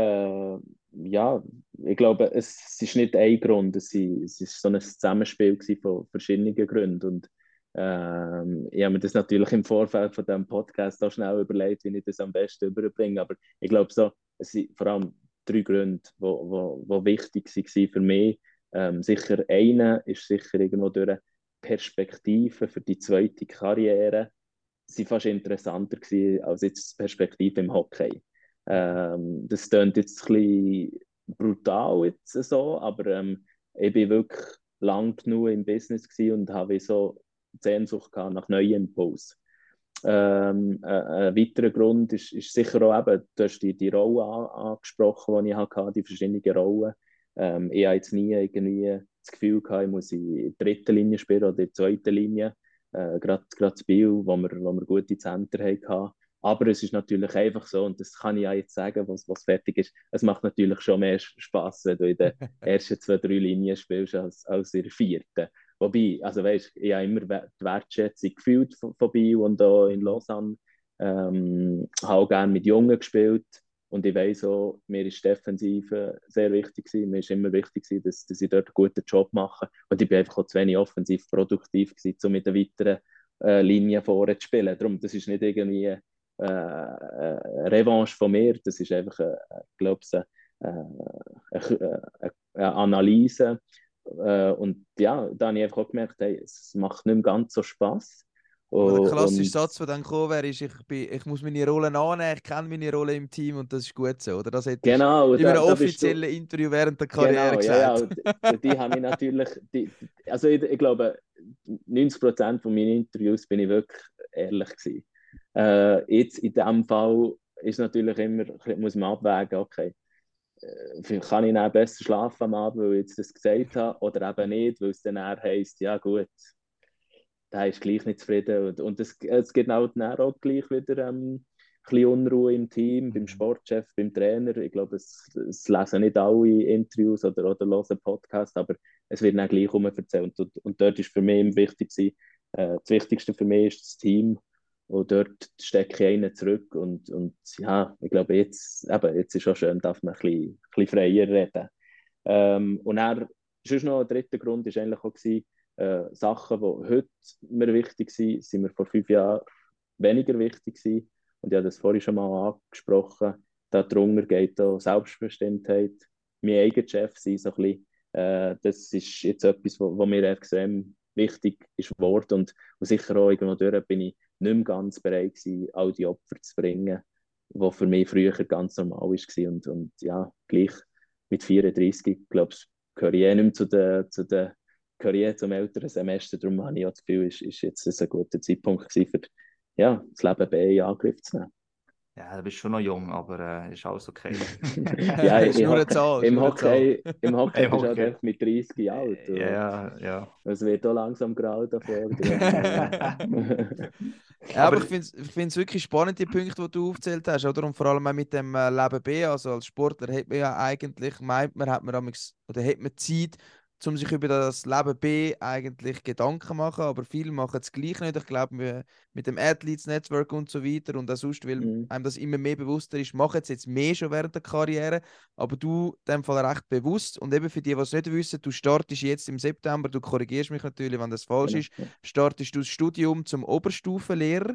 Ja, ich glaube, es ist nicht ein Grund, es ist so ein Zusammenspiel gewesen von verschiedenen Gründen. Und ich habe mir das natürlich im Vorfeld von diesem Podcast auch schnell überlegt, wie ich das am besten überbringe. Aber ich glaube, so, es sind vor allem drei Gründe, die wichtig waren für mich. Sicher einer ist sicher irgendwo durch Perspektive für die zweite Karriere. Sie fast interessanter gewesen als jetzt die Perspektive im Hockey. Das klingt jetzt ein bisschen brutal jetzt so, aber ich bin wirklich lang genug im Business und habe so Sehnsucht gehabt nach neuen Impulsen. Ein weiterer Grund ist sicher auch eben, du hast die Rolle angesprochen, die ich hatte, die verschiedenen Rollen. Ich habe jetzt nie irgendwie das Gefühl gehabt, ich muss in der dritten Linie spielen oder in der zweiten Linie. Gerade das Spiel, wo wir gute Center hatten. Aber es ist natürlich einfach so, und das kann ich ja jetzt sagen, was fertig ist. Es macht natürlich schon mehr Spass, wenn du in den ersten 2, 3 Linien spielst, als in der vierten. Wobei, also weißt, ich habe immer die Wertschätzung gefühlt von Biel und auch in Lausanne. Habe auch gerne mit Jungen gespielt. Und ich weiss auch, mir ist die Defensive sehr wichtig gewesen. Mir ist immer wichtig gewesen, dass ich dort einen guten Job mache. Und ich bin einfach auch zu wenig offensiv produktiv gewesen, um mit der weiteren Linie vorne zu spielen. Darum, das ist nicht irgendwie eine Revanche von mir. Das ist einfach, glaube ich, eine Analyse. Und ja, da habe ich einfach auch gemerkt, hey, es macht nicht mehr ganz so Spass. Aber der klassische Und Satz, der dann gekommen wäre, ist, ich muss meine Rolle annehmen, ich kenne meine Rolle im Team und das ist gut so. Oder das hättest genau, du in einem da bist du. offiziellen Interview während der Karriere Genau, ja, ja. gesagt. Die habe ich natürlich, also ich glaube, 90% von meinen Interviews bin ich wirklich ehrlich gewesen. Jetzt in diesem Fall ist natürlich immer, muss man abwägen, okay, vielleicht kann ich dann besser schlafen am Abend, weil ich jetzt das gesagt habe, oder eben nicht, weil es dann eher heisst, ja gut, der ist gleich nicht zufrieden. Und es gibt auch dann auch gleich wieder ein bisschen Unruhe im Team, beim Sportchef, beim Trainer. Ich glaube, es lesen nicht alle Interviews oder hören Podcasts, aber es wird dann gleich erzählt. Und dort ist für mich wichtig, das Wichtigste für mich ist das Team. Und dort stecke ich einen zurück. Und ja, ich glaube, jetzt ist auch schön, darf man ein bisschen freier reden. Und dann, sonst noch ein dritter Grund war eigentlich auch, Sachen, die heute mir wichtig sind, sind mir vor 5 Jahren weniger wichtig gewesen. Und ich habe das vorhin schon mal angesprochen. Darunter geht auch Selbstbestimmtheit, mein eigener Chef sein, so ein bisschen. Das ist jetzt etwas, wo mir extrem wichtig ist geworden. Und sicher auch irgendwo durch bin ich nicht mehr ganz bereit gewesen, all die Opfer zu bringen, die für mich früher ganz normal war. Und ja, gleich mit 34, glaube ich, gehöre ich nicht mehr gehöre ich zum älteren Semester. Darum habe ich auch das Gefühl, ist jetzt ein guter Zeitpunkt gewesen, für ja, das Leben B in Angriff zu nehmen. Ja, du bist schon noch jung, aber ist alles okay. Ja, Ist nur eine Zahl. im Hockey bist du halt Hockey. einfach mit 30 alt. Ja. Es wird auch langsam grau davor. Ja, aber ich finde es wirklich spannend, die Punkte, die du aufgezählt hast, oder? Und vor allem auch mit dem Leben B. Also als Sportler hat man ja eigentlich, meint man, oder hat man Zeit, um sich über das Leben B eigentlich Gedanken zu machen, aber viele machen es gleich nicht. Ich glaube, mit dem Athletes Network und so weiter und auch sonst, weil einem das immer mehr bewusster ist, machen es jetzt mehr schon während der Karriere, aber du in dem Fall recht bewusst. Und eben für die, die es nicht wissen, du startest jetzt im September, du korrigierst mich natürlich, wenn das falsch ist, startest du das Studium zum Oberstufenlehrer.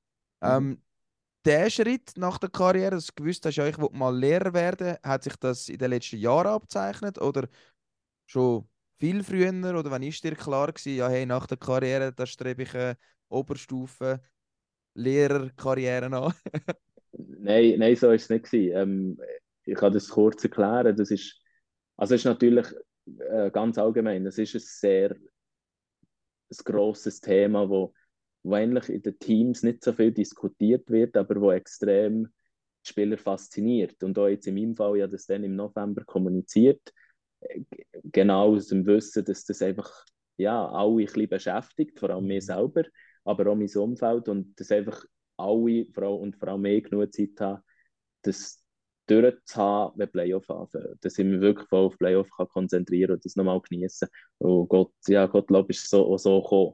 Der Schritt nach der Karriere, dass du gewusst hast, ja, ich will mal Lehrer werden, hat sich das in den letzten Jahren abgezeichnet oder schon viel früher? Oder wann ist dir klar gewesen, ja, hey, nach der Karriere, da strebe ich eine Oberstufe Lehrerkarriere an? Nein, so war es nicht gewesen. Ich kann das kurz erklären. Also es ist natürlich ganz allgemein, das ist ein sehr grosses Thema, wo eigentlich in den Teams nicht so viel diskutiert wird, aber wo extrem die Spieler fasziniert. Und auch jetzt in meinem Fall, ja, das dann im November kommuniziert, genau aus dem Wissen, dass das einfach ja, alle ein bisschen beschäftigt, vor allem mich selber, aber auch mein Umfeld und dass einfach alle, vor allem ich, genug Zeit haben, das durchzuhaben, wenn Playoff anfangen. Dass ich mich wirklich voll auf Playoff konzentrieren kann und das nochmal genießen. Und Gottlob ist so gekommen.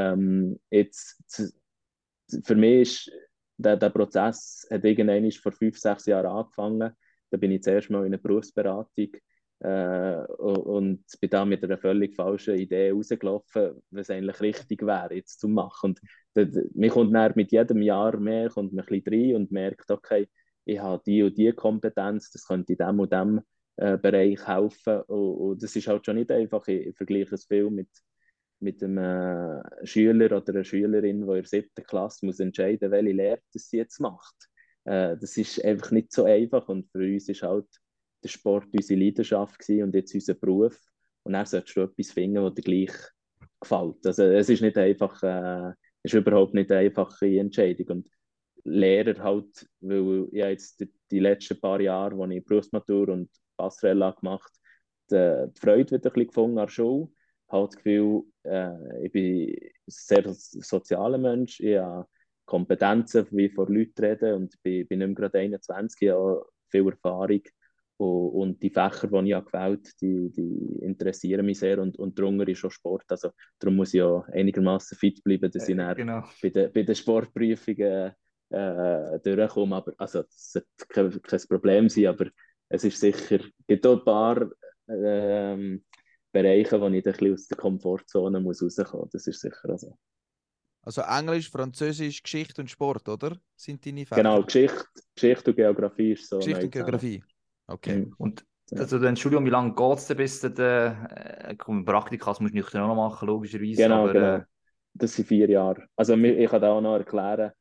Für mich ist der Prozess hat irgendwann vor 5, 6 Jahren angefangen. Da bin ich zuerst mal in einer Berufsberatung und bin da mit einer völlig falschen Idee rausgelaufen, was eigentlich richtig wäre, jetzt zu machen. Und mir kommt dann mit jedem Jahr mehr kommt man ein bisschen rein und merkt, okay, ich habe die und die Kompetenz, das könnte in dem und dem Bereich helfen. Und das ist halt schon nicht einfach. Ich vergleiche es viel mit einem Schüler oder einer Schülerin, die in der 7. Klasse muss entscheiden, welche Lehre das sie jetzt macht. Das ist einfach nicht so einfach und für uns ist halt der Sport unsere Leidenschaft gewesen und jetzt unser Beruf. Und dann solltest du etwas finden, das dir gleich gefällt. Also es ist nicht einfach, ist überhaupt nicht eine einfache Entscheidung. Und Lehrer halt, weil ich jetzt die letzten paar Jahre, als ich Berufsmatur und Passerella gemacht habe, die Freude wieder ein bisschen gefunden an der Schule. Ich habe das Gefühl, ich bin ein sehr sozialer Mensch. Ich habe Kompetenzen, wie vor Leuten reden und bin nicht mehr gerade 21, ich habe viel Erfahrung. Und die Fächer, die ich habe gewählt habe, die interessieren mich sehr und darunter ist auch Sport. Also, darum muss ich ja einigermaßen fit bleiben, dass ich dann Genau. bei den Sportprüfungen durchkomme. Aber, also, das wird kein Problem sein, aber es ist sicher, es gibt auch ein paar Bereiche, wo ich ein bisschen aus der Komfortzone muss rauskommen muss. Das ist sicher so. Also Englisch, Französisch, Geschichte und Sport, oder? Sind deine Fächer? Genau, Geschichte und Geografie ist so Geschichte neu und Geografie. Okay. zusammen. Und Ja. also, dein Studium, wie lange geht es denn, bis du Praktika musst du nüchtern auch noch machen, logischerweise. Genau, Aber, genau. Das sind 4 Jahre. Also ich kann da auch noch erklären,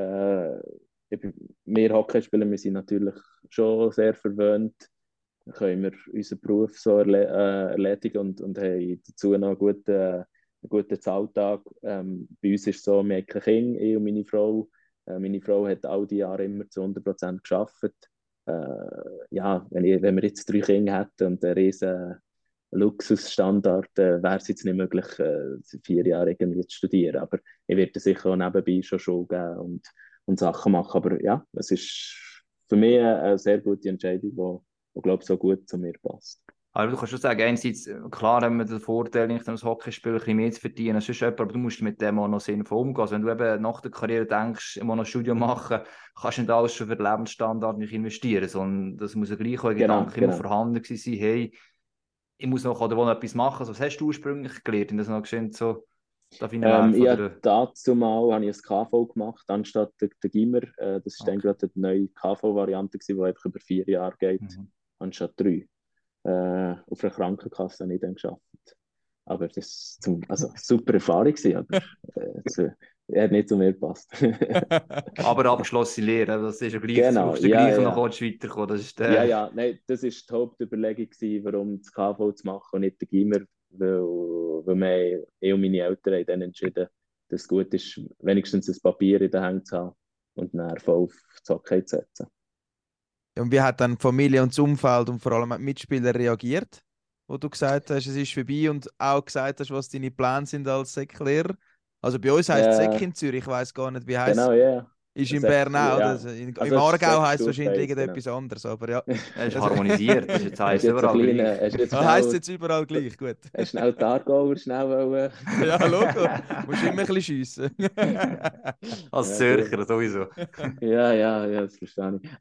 wir Hockeyspieler, wir sind natürlich schon sehr verwöhnt, können wir unseren Beruf so erledigen und haben dazu noch einen guten Zahltag. Bei uns ist es so, wir haben kein Kind, ich und meine Frau. Meine Frau hat all die Jahre immer zu 100% gearbeitet. Ja, wenn wir jetzt 3 Kinder hätten und einen riesen Luxusstandard, wäre es jetzt nicht möglich, 4 Jahre irgendwie zu studieren. Aber ich werde sicher auch nebenbei schon Schule geben und Sachen machen. Aber ja, es ist für mich eine sehr gute Entscheidung, die glaube ich, so gut zu mir passt. aber du kannst schon sagen, einerseits, klar haben wir den Vorteil, nicht als Hockeyspieler ein bisschen mehr zu verdienen als sonst jemand, aber du musst mit dem auch noch sinnvoll umgehen. Also wenn du eben nach der Karriere denkst, ich muss noch ein Studium machen, kannst du nicht alles schon für den Lebensstandard nicht investieren, sondern das muss ja gleich auch ein Gedanke immer vorhanden gewesen sein, hey, ich muss noch oder wo etwas machen. Also, was hast du ursprünglich gelernt? Und das noch geschehen, so, darf ich dazu mal habe ich ein KV gemacht, anstatt der Gimmer. Das war dann gerade die neue KV-Variante, die einfach über 4 Jahre geht, anstatt 3. Auf einer Krankenkasse habe ich dann gearbeitet. Aber das war super Erfahrung, aber er hat nicht zu mir gepasst. Aber abgeschlossene Lehre, das ist ja gleich, Genau, brauchst du gleich noch weiterkommen. Das ist nein, das war die Hauptüberlegung, warum das KV zu machen und nicht der Gimmer, weil ich und meine Eltern haben dann entschieden, dass es gut ist, wenigstens ein Papier in den Händen zu haben und dann voll auf das Hockey zu setzen. Und wie hat dann die Familie und das Umfeld und vor allem auch die Mitspieler reagiert, wo du gesagt hast, es ist vorbei und auch gesagt hast, was deine Pläne sind als Säcklehrer? Also bei uns heisst es Säck in Zürich, ich weiß gar nicht, wie heißt es. Genau, ja. Ist in Bern auch. Ja. Also im Aargau heisst es wahrscheinlich irgendetwas anderes, aber ja. Es ist harmonisiert, das ist jetzt heisst überall gleich. Heisst jetzt überall gleich, gut. Hast du schnell die Aargauer schnell Ja, Logo. Musst immer ein bisschen schiessen. Als Zürcher sowieso. Ja, das verstehe ich.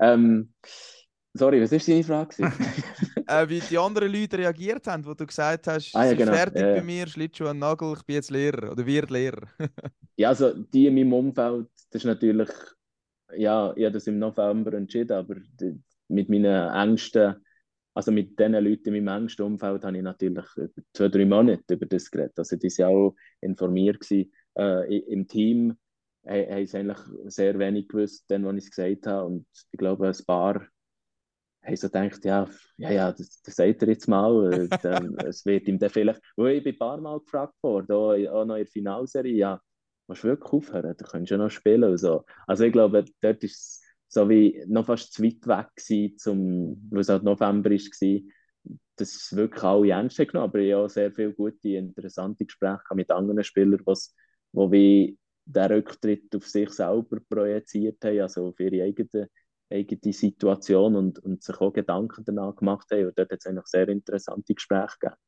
Sorry, was war deine Frage? Wie die anderen Leute reagiert haben, wo du gesagt hast, ja, es ist genau. fertig bei mir, Schlittschuh und Nagel, ich bin jetzt Lehrer oder wird Lehrer. Ja, also die in meinem Umfeld, das ist natürlich, ja, ich habe das im November entschieden, aber mit meinen Ängsten, also mit den Leuten in meinem engsten Umfeld, habe ich natürlich über 2-3 Monate über das geredet. Also die waren auch informiert gewesen. Im Team haben sie eigentlich sehr wenig gewusst, dann, als ich es gesagt habe. Und ich glaube, ein paar haben so gedacht, ja, das sagt er jetzt mal. Es wird ihm dann vielleicht, weil ich bin ein paar Mal gefragt worden, auch noch in der Finalserie, ja, willst du wirklich aufhören? Du könntest ja noch spielen und so. Also ich glaube, dort ist es so wie noch fast zu weit weg gewesen, weil es halt November war, dass es wirklich alle ernst genommen haben. Aber ich habe auch sehr viele gute, interessante Gespräche mit anderen Spielern, die wie den Rücktritt auf sich selber projiziert haben, also auf ihre eigene Situation und sich auch Gedanken danach gemacht haben. Und dort hat es eigentlich sehr interessante Gespräche gegeben.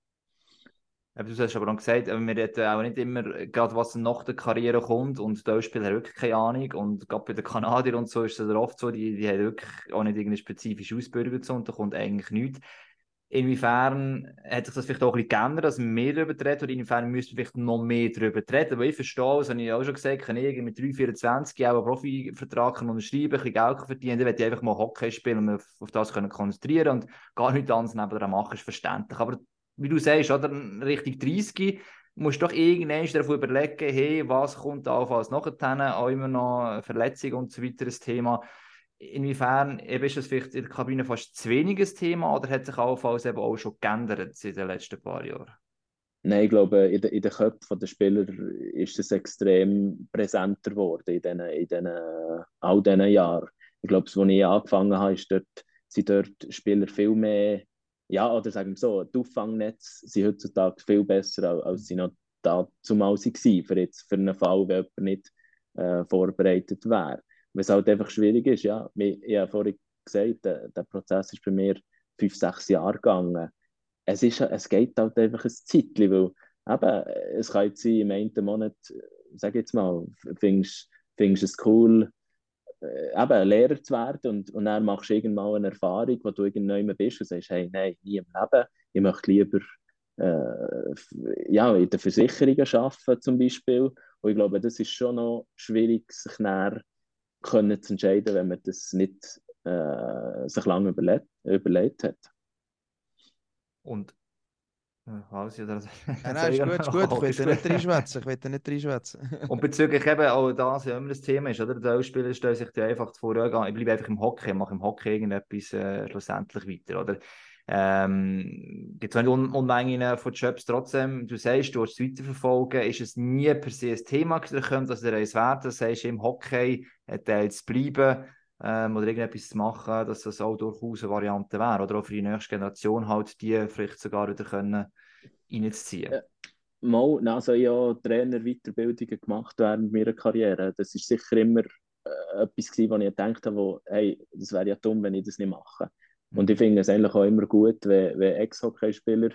Du hast aber auch gesagt, wir reden auch nicht immer, gerade was nach der Karriere kommt, und die Spieler haben wirklich keine Ahnung, und gerade bei den Kanadiern und so ist es oft so, die haben wirklich auch nicht irgendeine spezifische Ausbildung und so, und da kommt eigentlich nichts. Inwiefern hat sich das vielleicht auch ein bisschen geändert, dass wir mehr darüber reden, oder inwiefern müssen wir vielleicht noch mehr darüber reden? Weil ich verstehe, das habe ich auch schon gesagt, kann ich mit 3-24 auch einen Profivertrag unterschreiben, ein bisschen Geld verdienen, dann will ich einfach mal Hockey spielen und mich auf das konzentrieren und gar nichts anderes nebenan machen, ist verständlich. Aber wie du sagst, oder, Richtung 30 musst du doch irgendwann davon überlegen, hey, was kommt da auf als nachher, auch immer noch Verletzungen und so weiter, das Thema. Inwiefern ist das vielleicht in der Kabine fast zu wenig ein Thema, oder hat sich allenfalls eben auch schon geändert in den letzten paar Jahren? Nein, ich glaube, in den Köpfen der Spieler ist es extrem präsenter geworden in all diesen Jahren. Ich glaube, als ich angefangen habe, sind dort Spieler viel mehr, ja, oder sagen wir so, die Auffangnetze sind heutzutage viel besser, als sie noch damals waren, für einen Fall, wenn jemand nicht vorbereitet wäre. Was halt einfach schwierig ist, ja, ich habe vorhin gesagt, der Prozess ist bei mir 5, 6 Jahre gegangen. Es geht halt einfach ein Zeitchen, weil eben, es kann jetzt sein, im einen Monat, sag jetzt mal, findest es cool, eben Lehrer zu werden und dann machst du irgendwann eine Erfahrung, wo du irgendwann bist und sagst, hey, nein, nie im Leben, ich möchte lieber ja, in den Versicherungen arbeiten zum Beispiel. Und ich glaube, das ist schon noch schwierig, sich dann können zu entscheiden, wenn man das nicht sich lange überlegt hat. Und alles oder Nein, ist gut, ist gut. Ich will da nicht reinschwätzen. Und bezüglich eben auch das, ja immer das Thema ist, oder? Die Spieler stellen sich da einfach vor, ich bleibe einfach im Hockey, mache im Hockey irgendetwas schlussendlich weiter, oder? Gibt es auch Unmengen von Jobs trotzdem, du sagst, du willst es weiterverfolgen, ist es nie per se ein Thema gekommen, dass ihr eins wert, das sagst im Hockey, zu bleiben oder irgendetwas zu machen, dass das auch durchaus eine Variante wäre, oder auch für die nächste Generation halt die vielleicht sogar wieder können reinzuziehen. Also ich habe Trainer-Weiterbildungen gemacht während meiner Karriere. Das ist sicher immer etwas gewesen, wo ich gedacht habe, hey, das wäre ja dumm, wenn ich das nicht mache. Und ich finde es eigentlich auch immer gut, wenn Ex-Hockeyspieler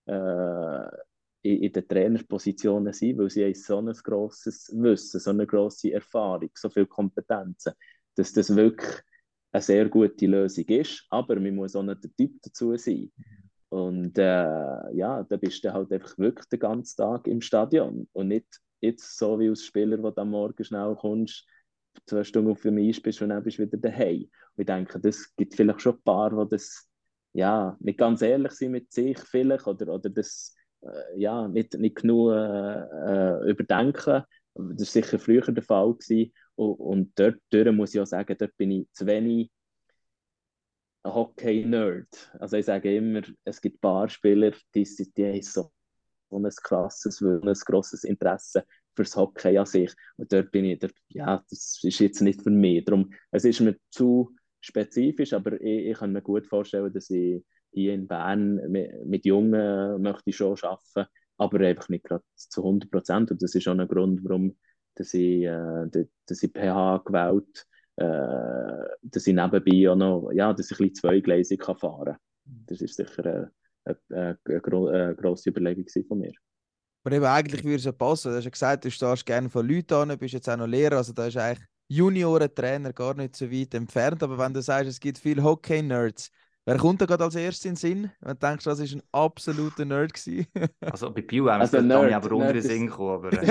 in den Trainerpositionen sind, weil sie haben so ein grosses Wissen, so eine grosse Erfahrung, so viele Kompetenzen, dass das wirklich eine sehr gute Lösung ist. Aber man muss auch nicht der Typ dazu sein. Und ja, da bist du halt einfach wirklich den ganzen Tag im Stadion und nicht jetzt so wie als Spieler, wo du am Morgen schnell kommst, 2 Stunden auf dem Eis bist und dann bist du wieder daheim. Und ich denke, das gibt vielleicht schon ein paar, die das ja, nicht ganz ehrlich sind mit sich vielleicht oder das ja, nicht genug überdenken. Das war sicher früher der Fall gewesen. Und dort muss ich auch sagen, dort bin ich zu wenig ein Hockey-Nerd. Also ich sage immer, es gibt ein paar Spieler, die haben so ein grosses Interesse fürs Hockey an sich. Und dort bin ich, ja, das ist jetzt nicht für mich. Darum, es ist mir zu spezifisch, aber ich kann mir gut vorstellen, dass ich hier in Bern mit Jungen möchte ich schon arbeiten, aber einfach nicht gerade zu 100%. Und das ist auch ein Grund, warum dass ich PH gewählt dass ich nebenbei auch noch, ja, dass ich ein bisschen zweigleisig fahren kann. Das ist sicher eine grosse Überlegung von mir. Aber eben eigentlich würde es ja passen. Du hast ja gesagt, du stehst gerne von Leuten an, bist jetzt auch noch Lehrer, also da ist eigentlich Juniorentrainer gar nicht so weit entfernt. Aber wenn du sagst, es gibt viele Hockey-Nerds, wer kommt da gerade als erstes in den Sinn? Wenn du denkst, das war ein absoluter Nerd gewesen. Also bei Bio haben also wir Nerd, aber unter den Sinn gekommen. Aber,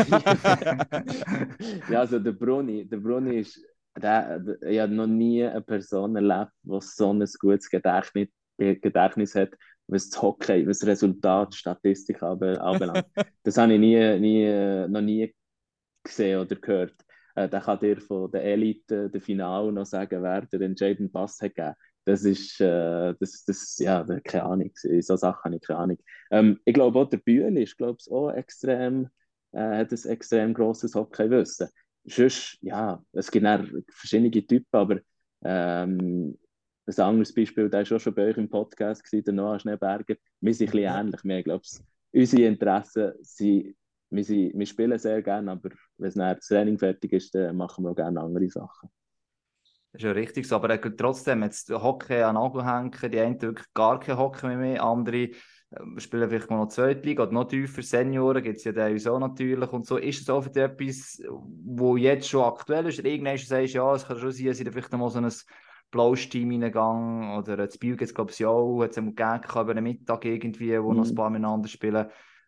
ja, also der Bruni ist, ich habe noch nie eine Person erlebt, die so ein gutes Gedächtnis hat, was das Hockey, was Resultat, Statistik anbelangt. Das habe ich noch nie gesehen oder gehört. Der kann dir von der Elite, der Finale noch sagen, wer den entscheidenden Pass hat gegeben. Das ist, ja, keine Ahnung. In so Sachen habe ich keine Ahnung. Ich glaube auch, der Bühli ist, glaube ich, auch extrem, hat ein extrem grosses Hockeywissen. Sonst, ja, es gibt auch verschiedene Typen, aber ein anderes Beispiel, der war auch schon bei euch im Podcast, der Noah Schneeberger. Wir sind ein bisschen ähnlich. Wir, glaube ich, unsere Interessen sind, wir spielen sehr gerne, aber wenn das Training fertig ist, dann machen wir auch gerne andere Sachen. Das ist ja richtig so, aber trotzdem, jetzt Hockey an den Nagel hängen, die einen wirklich gar kein Hockey mehr, andere spielen vielleicht mal noch Zweitliga oder noch tiefer, Senioren gibt es ja dann auch natürlich und so. Ist es auch für dich etwas, wo jetzt schon aktuell ist? Oder irgendwann sagst du, ja, es kann schon sein, dass ich da vielleicht noch mal so ein blaues Team reingehe oder das Biel gibt es glaube ich auch, hat es einmal gegeben über den Mittag irgendwie, wo noch ein paar miteinander spielen.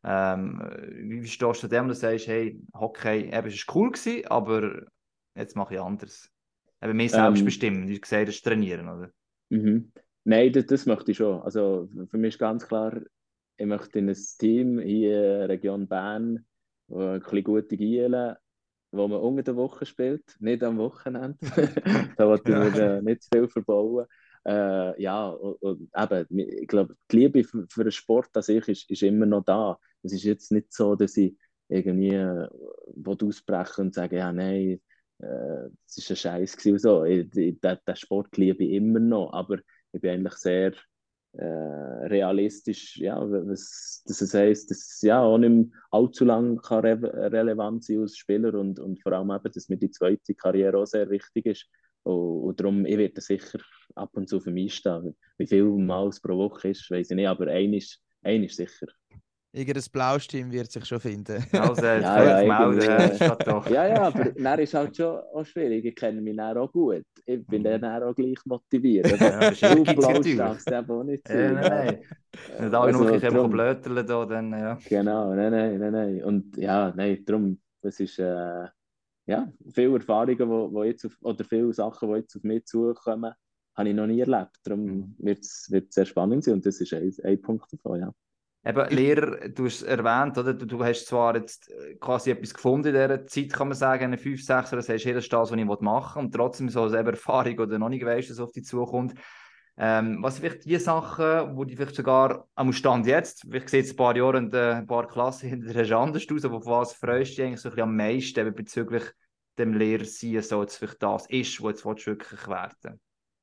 Wie stehst du zu dem, dass du sagst, hey, Hockey, eben, es war cool gewesen, aber jetzt mache ich anders? Eben mehr selbstbestimmt, wie gesagt, das Trainieren, oder? Nein, das möchte ich schon. Also für mich ist ganz klar, ich möchte in ein Team hier Region Bern, wo ein bisschen gute Gielen, wo man unter der Woche spielt, nicht am Wochenende. Da wollte ich mir nicht zu viel verbauen. Ja, und eben, ich glaube, die Liebe für den Sport an sich ist immer noch da. Es ist jetzt nicht so, dass ich irgendwie ausbrechen und sage, ja, nein, es war ein Scheiß gewesen. So. Den Sport liebe ich immer noch, aber ich bin eigentlich sehr realistisch, ja, dass es heisst, dass es ja auch nicht mehr allzu lange kann relevant sein als Spieler und vor allem eben, dass mir die zweite Karriere auch sehr wichtig ist. Und darum, ich werde sicher ab und zu auf dem Einstehen. Wie viel Mal es pro Woche ist, weiß ich nicht, aber ein ist sicher. Irgendein blaues Team wird sich schon finden. Also, jetzt Ja, kann ja, ich melden, irgendwie. steht doch. Ja, aber dann ist halt schon auch schwierig. Ich kenne mich dann auch gut. Ich bin dann auch gleich motiviert. Also, Ja, zu Geschichte gibt es blausch natürlich. darf es eben auch nicht Ja, sein. nein. Wenn alle nur ein bisschen Drum, blöteln da, dann ja. genau, nein. Und ja, nein, darum, das ist ja, viele Erfahrungen, wo jetzt oder viele Sachen, die jetzt auf mich zukommen, habe ich noch nie erlebt. Darum wird es sehr spannend sein und das ist ein Punkt davon, ja. Eben, Lehrer, du hast es erwähnt, oder? Du hast zwar jetzt quasi etwas gefunden in dieser Zeit, kann man sagen, in den 5, 6, oder sagst, hey, das ist das, was ich machen will, und trotzdem so selber Erfahrung oder noch nicht weißt, was auf dich zukommt. Was sind vielleicht die Sachen, wo die vielleicht sogar am Stand jetzt, ich sehe jetzt ein paar Jahre und ein paar Klassen hinter der anders aus, aber auf was freust du dich eigentlich so ein bisschen am meisten eben bezüglich dem Lehrer sein, so jetzt vielleicht das ist, was jetzt willst du wirklich werden?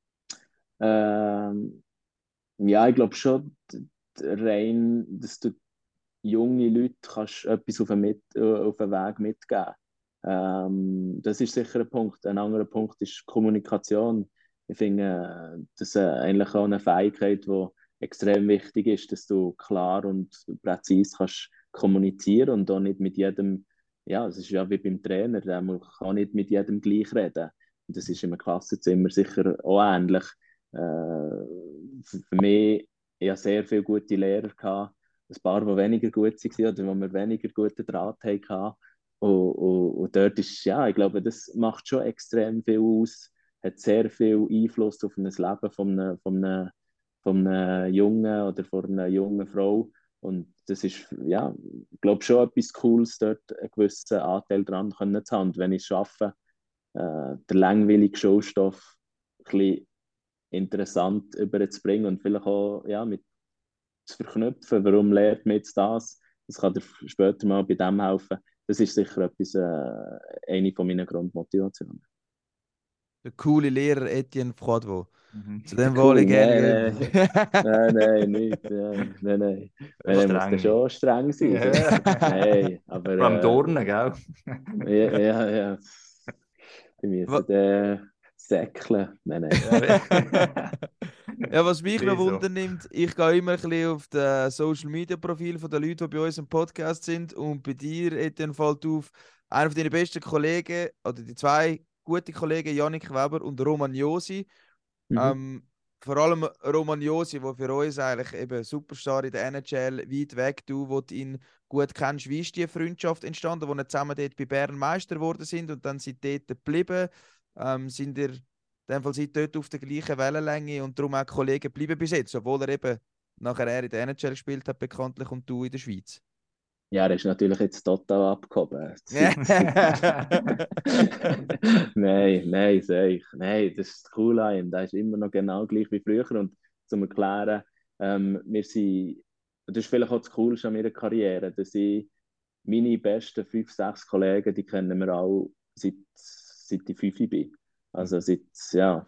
Ja, ich glaube schon, rein, dass du junge Leute kannst etwas auf den Weg mitgeben. Das ist sicher ein Punkt. Ein anderer Punkt ist Kommunikation. Ich finde, das ist eigentlich auch eine Fähigkeit, die extrem wichtig ist, dass du klar und präzise kannst kommunizieren und auch nicht mit jedem, ja, es ist ja wie beim Trainer, der kann nicht mit jedem gleich reden. Und das ist im Klassenzimmer sicher auch ähnlich. Für mich, ich hatte sehr viele gute Lehrer gehabt, ein paar, die weniger gut waren oder wo wir weniger guten Draht hatten. Und dort ist, ja, ich glaube, das macht schon extrem viel aus, hat sehr viel Einfluss auf das Leben von einem Jungen oder von einer jungen Frau. Und das ist, ja, ich glaube schon etwas Cooles, dort einen gewissen Anteil daran zu haben. Und wenn ich es schaffe, den langweiligen Schulstoff ein bisschen interessant überzubringen und vielleicht auch ja, mit zu verknüpfen, warum lernt man jetzt das? Das kann dir später mal bei dem helfen. Das ist sicher etwas, eine von meinen Grundmotivationen. Der coole Lehrer Etienne Froidevaux. Zu dem Cool, wollte ich gerne gehen. nein, nicht. Nein. Nein, muss dann schon streng sein. Ja. Nein, aber... Vor allem Dornen, gell? Ja. Wir müssen säckeln. Nein. Ja, was mich noch Wieso? wundernimmt, ich gehe immer ein bisschen auf das Social Media Profil der Leute, die bei uns im Podcast sind. Und bei dir, Etienne, fällt auf, einer deiner besten Kollegen, oder die zwei gute Kollegen, Yannick Weber und Roman Josi. Vor allem Roman Josi, der für uns eigentlich eben Superstar in der NHL, weit weg, du, der ihn gut kennst. Wie ist die Freundschaft entstanden, wo ihr zusammen dort bei Bern Meister geworden sind und dann seid ihr dort geblieben? Sind ihr in dem Fall seid dort auf der gleichen Wellenlänge und darum auch Kollegen geblieben bis jetzt, obwohl er eben nachher in der NHL gespielt hat, bekanntlich, und du in der Schweiz? Ja, er ist natürlich jetzt total abgehoben. Nein, sag ich. Nein, das ist cool an ihm. Der ist immer noch genau gleich wie früher. Und zum Erklären, das ist vielleicht auch das Coolste an meiner Karriere, dass ich meine besten 5, 6 Kollegen, die kennen wir alle seit ich 5 bin. Also seit, ja,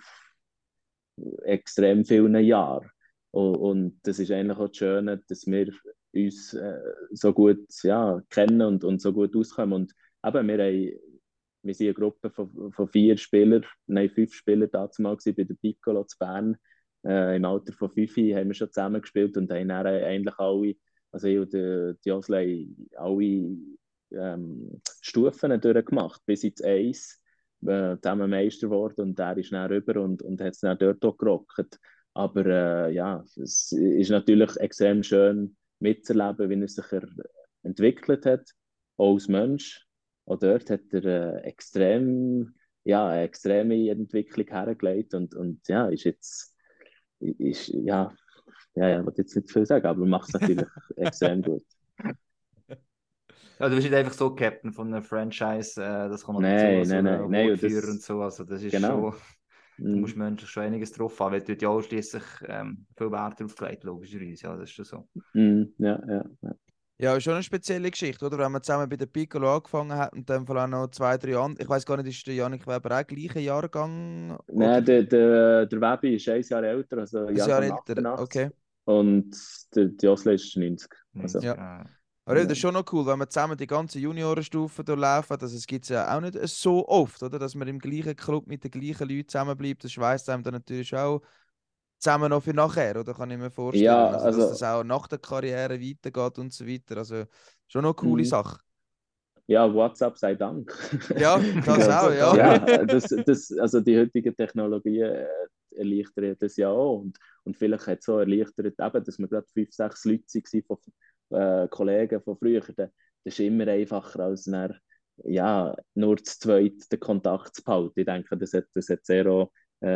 extrem vielen Jahren. Und das ist eigentlich auch das Schöne, dass wir uns so gut kennen und so gut auskommen. Und eben, wir sind eine Gruppe von 4 Spielern, nein, 5 Spieler dazu mal bei der Piccolo zu Bern. Im Alter von 5 haben wir schon zusammen gespielt und haben dann eigentlich alle, also ich und die Josley, alle Stufen durchgemacht, bis ins 1. Zusammen Meister geworden und der ist dann rüber und hat es dann dort auch gerockt. Aber ja, es ist natürlich extrem schön mitzuerleben, wie er sich entwickelt hat, auch als Mensch. Auch dort hat er eine extreme Entwicklung hergelegt und ja, ist jetzt, ja, ich will jetzt nicht viel sagen, aber macht es natürlich extrem gut. Ja, du bist nicht einfach so Captain von einer Franchise, das kommt noch Nein, dazu, nein, Wortführer und so, also das ist genau. schon, du musst menschlich schon einiges drauf haben, weil du ja auch schliesslich viel Wert drauf gelegt, logischerweise, ja, das ist schon so. Ja. Ja, ist schon eine spezielle Geschichte, oder? Wenn man zusammen bei der Piccolo angefangen hat und dann auch noch 2, 3 andere, ich weiß gar nicht, ist der Yannick Weber auch gleichen Jahrgang? Nein, der Webi ist 1 Jahr älter, also Ein Jahr Jahrgang älter, 88. okay. Und der Josley ist 90. Also, Ja. Aber eben, das ist schon noch cool, wenn wir zusammen die ganze Juniorenstufe durchlaufen. Das gibt es ja auch nicht so oft, oder? Dass man im gleichen Club mit den gleichen Leuten zusammenbleibt. Das schweißt einem dann natürlich auch zusammen noch für nachher, oder? Kann ich mir vorstellen. Ja, Also, dass das also, auch nach der Karriere weitergeht und so weiter. Also, schon noch eine coole mhm. Sache. Ja, WhatsApp sei Dank. Ja, Ich das glaube, auch, ja. ja, also die heutigen Technologien erleichtern das ja auch. Und vielleicht hat es auch erleichtert, eben, dass wir gerade 5, 6 Leute waren von Kollegen von früher. Das ist immer einfacher, als dann, ja, nur zu zweit den Kontakt zu behalten. Ich denke, das hat sehr auch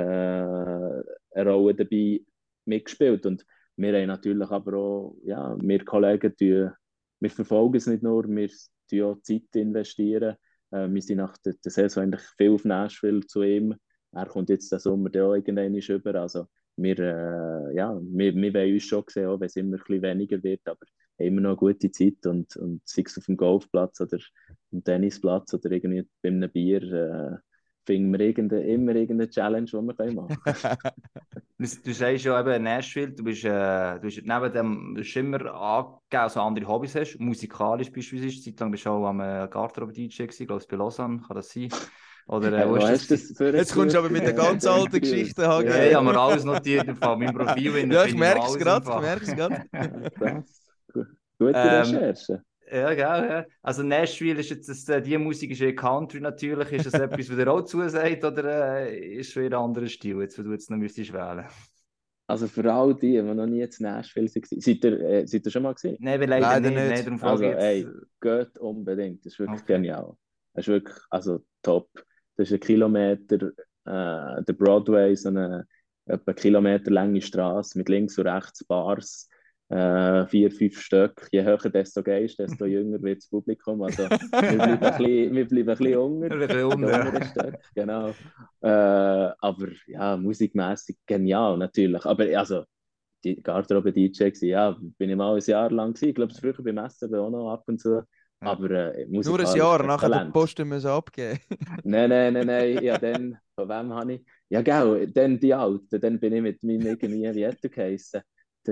eine Rolle dabei mitgespielt. Und wir haben natürlich aber auch, ja, wir Kollegen, wir verfolgen es nicht nur, wir investieren auch Zeit. Investieren. Wir sind nach der Saison eigentlich viel auf Nashville zu ihm. Er kommt jetzt den Sommer dann auch irgendwann über. Also ja, wir wollen uns schon sehen, auch wenn es immer ein bisschen weniger wird, aber immer noch eine gute Zeit und sei es auf dem Golfplatz oder am Tennisplatz oder irgendwie bei einem Bier, finden wir immer irgendeine Challenge, die wir machen können. Du sagst ja eben Nashville, du hast neben dem, du hast immer angegeben, also andere Hobbys hast, musikalisch beispielsweise, zeitlang bist du auch am Garderobe-DJ gewesen, glaube ich, bei Lausanne, kann das sein? Oder wo Wo ist hast das du gewesen? das für Jetzt kommst du aber mit den ganz alten Geschichten, HG. Ja, ich habe mir alles notiert, im Fall, mein Profil Ja, ich finde ich noch merke es alles im gerade, ich Fall. merke es gerade. Krass. Gute Ähm, Recherche. Ja, gell, ja. Also Nashville ist jetzt, die Musik ist eher Country natürlich. Ist das etwas, was dir auch zusagt oder ist schon eher ein anderer Stil, jetzt, wo du jetzt noch müsstest wählen? Also für all die noch nie in Nashville waren, seid ihr schon mal gesehen? Nein, aber leider Leider nicht. Nein, nicht. darum Also, frage ich jetzt. ey, geht unbedingt. Das ist wirklich Okay. genial. Das ist wirklich, also top. Das ist ein Kilometer, der Broadway, so eine etwa Kilometer lange Straße mit links und rechts Bars, 4, 5 Stück. Je höher desto gehst, desto jünger wird das Publikum. Also, wir bleiben ein bisschen unter, Ein bisschen in den unten. unteren Stück, genau. Aber ja, musikmäßig genial natürlich. Aber also, die Garderobe-DJ gewesen. Ja, bin ich mal ein Jahr lang gewesen. Ich glaube, früher beim SRB auch noch ab und zu. Ja. Aber Nur ein musikalisch Jahr, nachher den exzellent. Posten müssen abgeben. Nein. Ja, dann, von wem habe ich? Ja, genau, dann die Alten. Dann bin ich mit meinem irgendwie, wie hat der geheissen?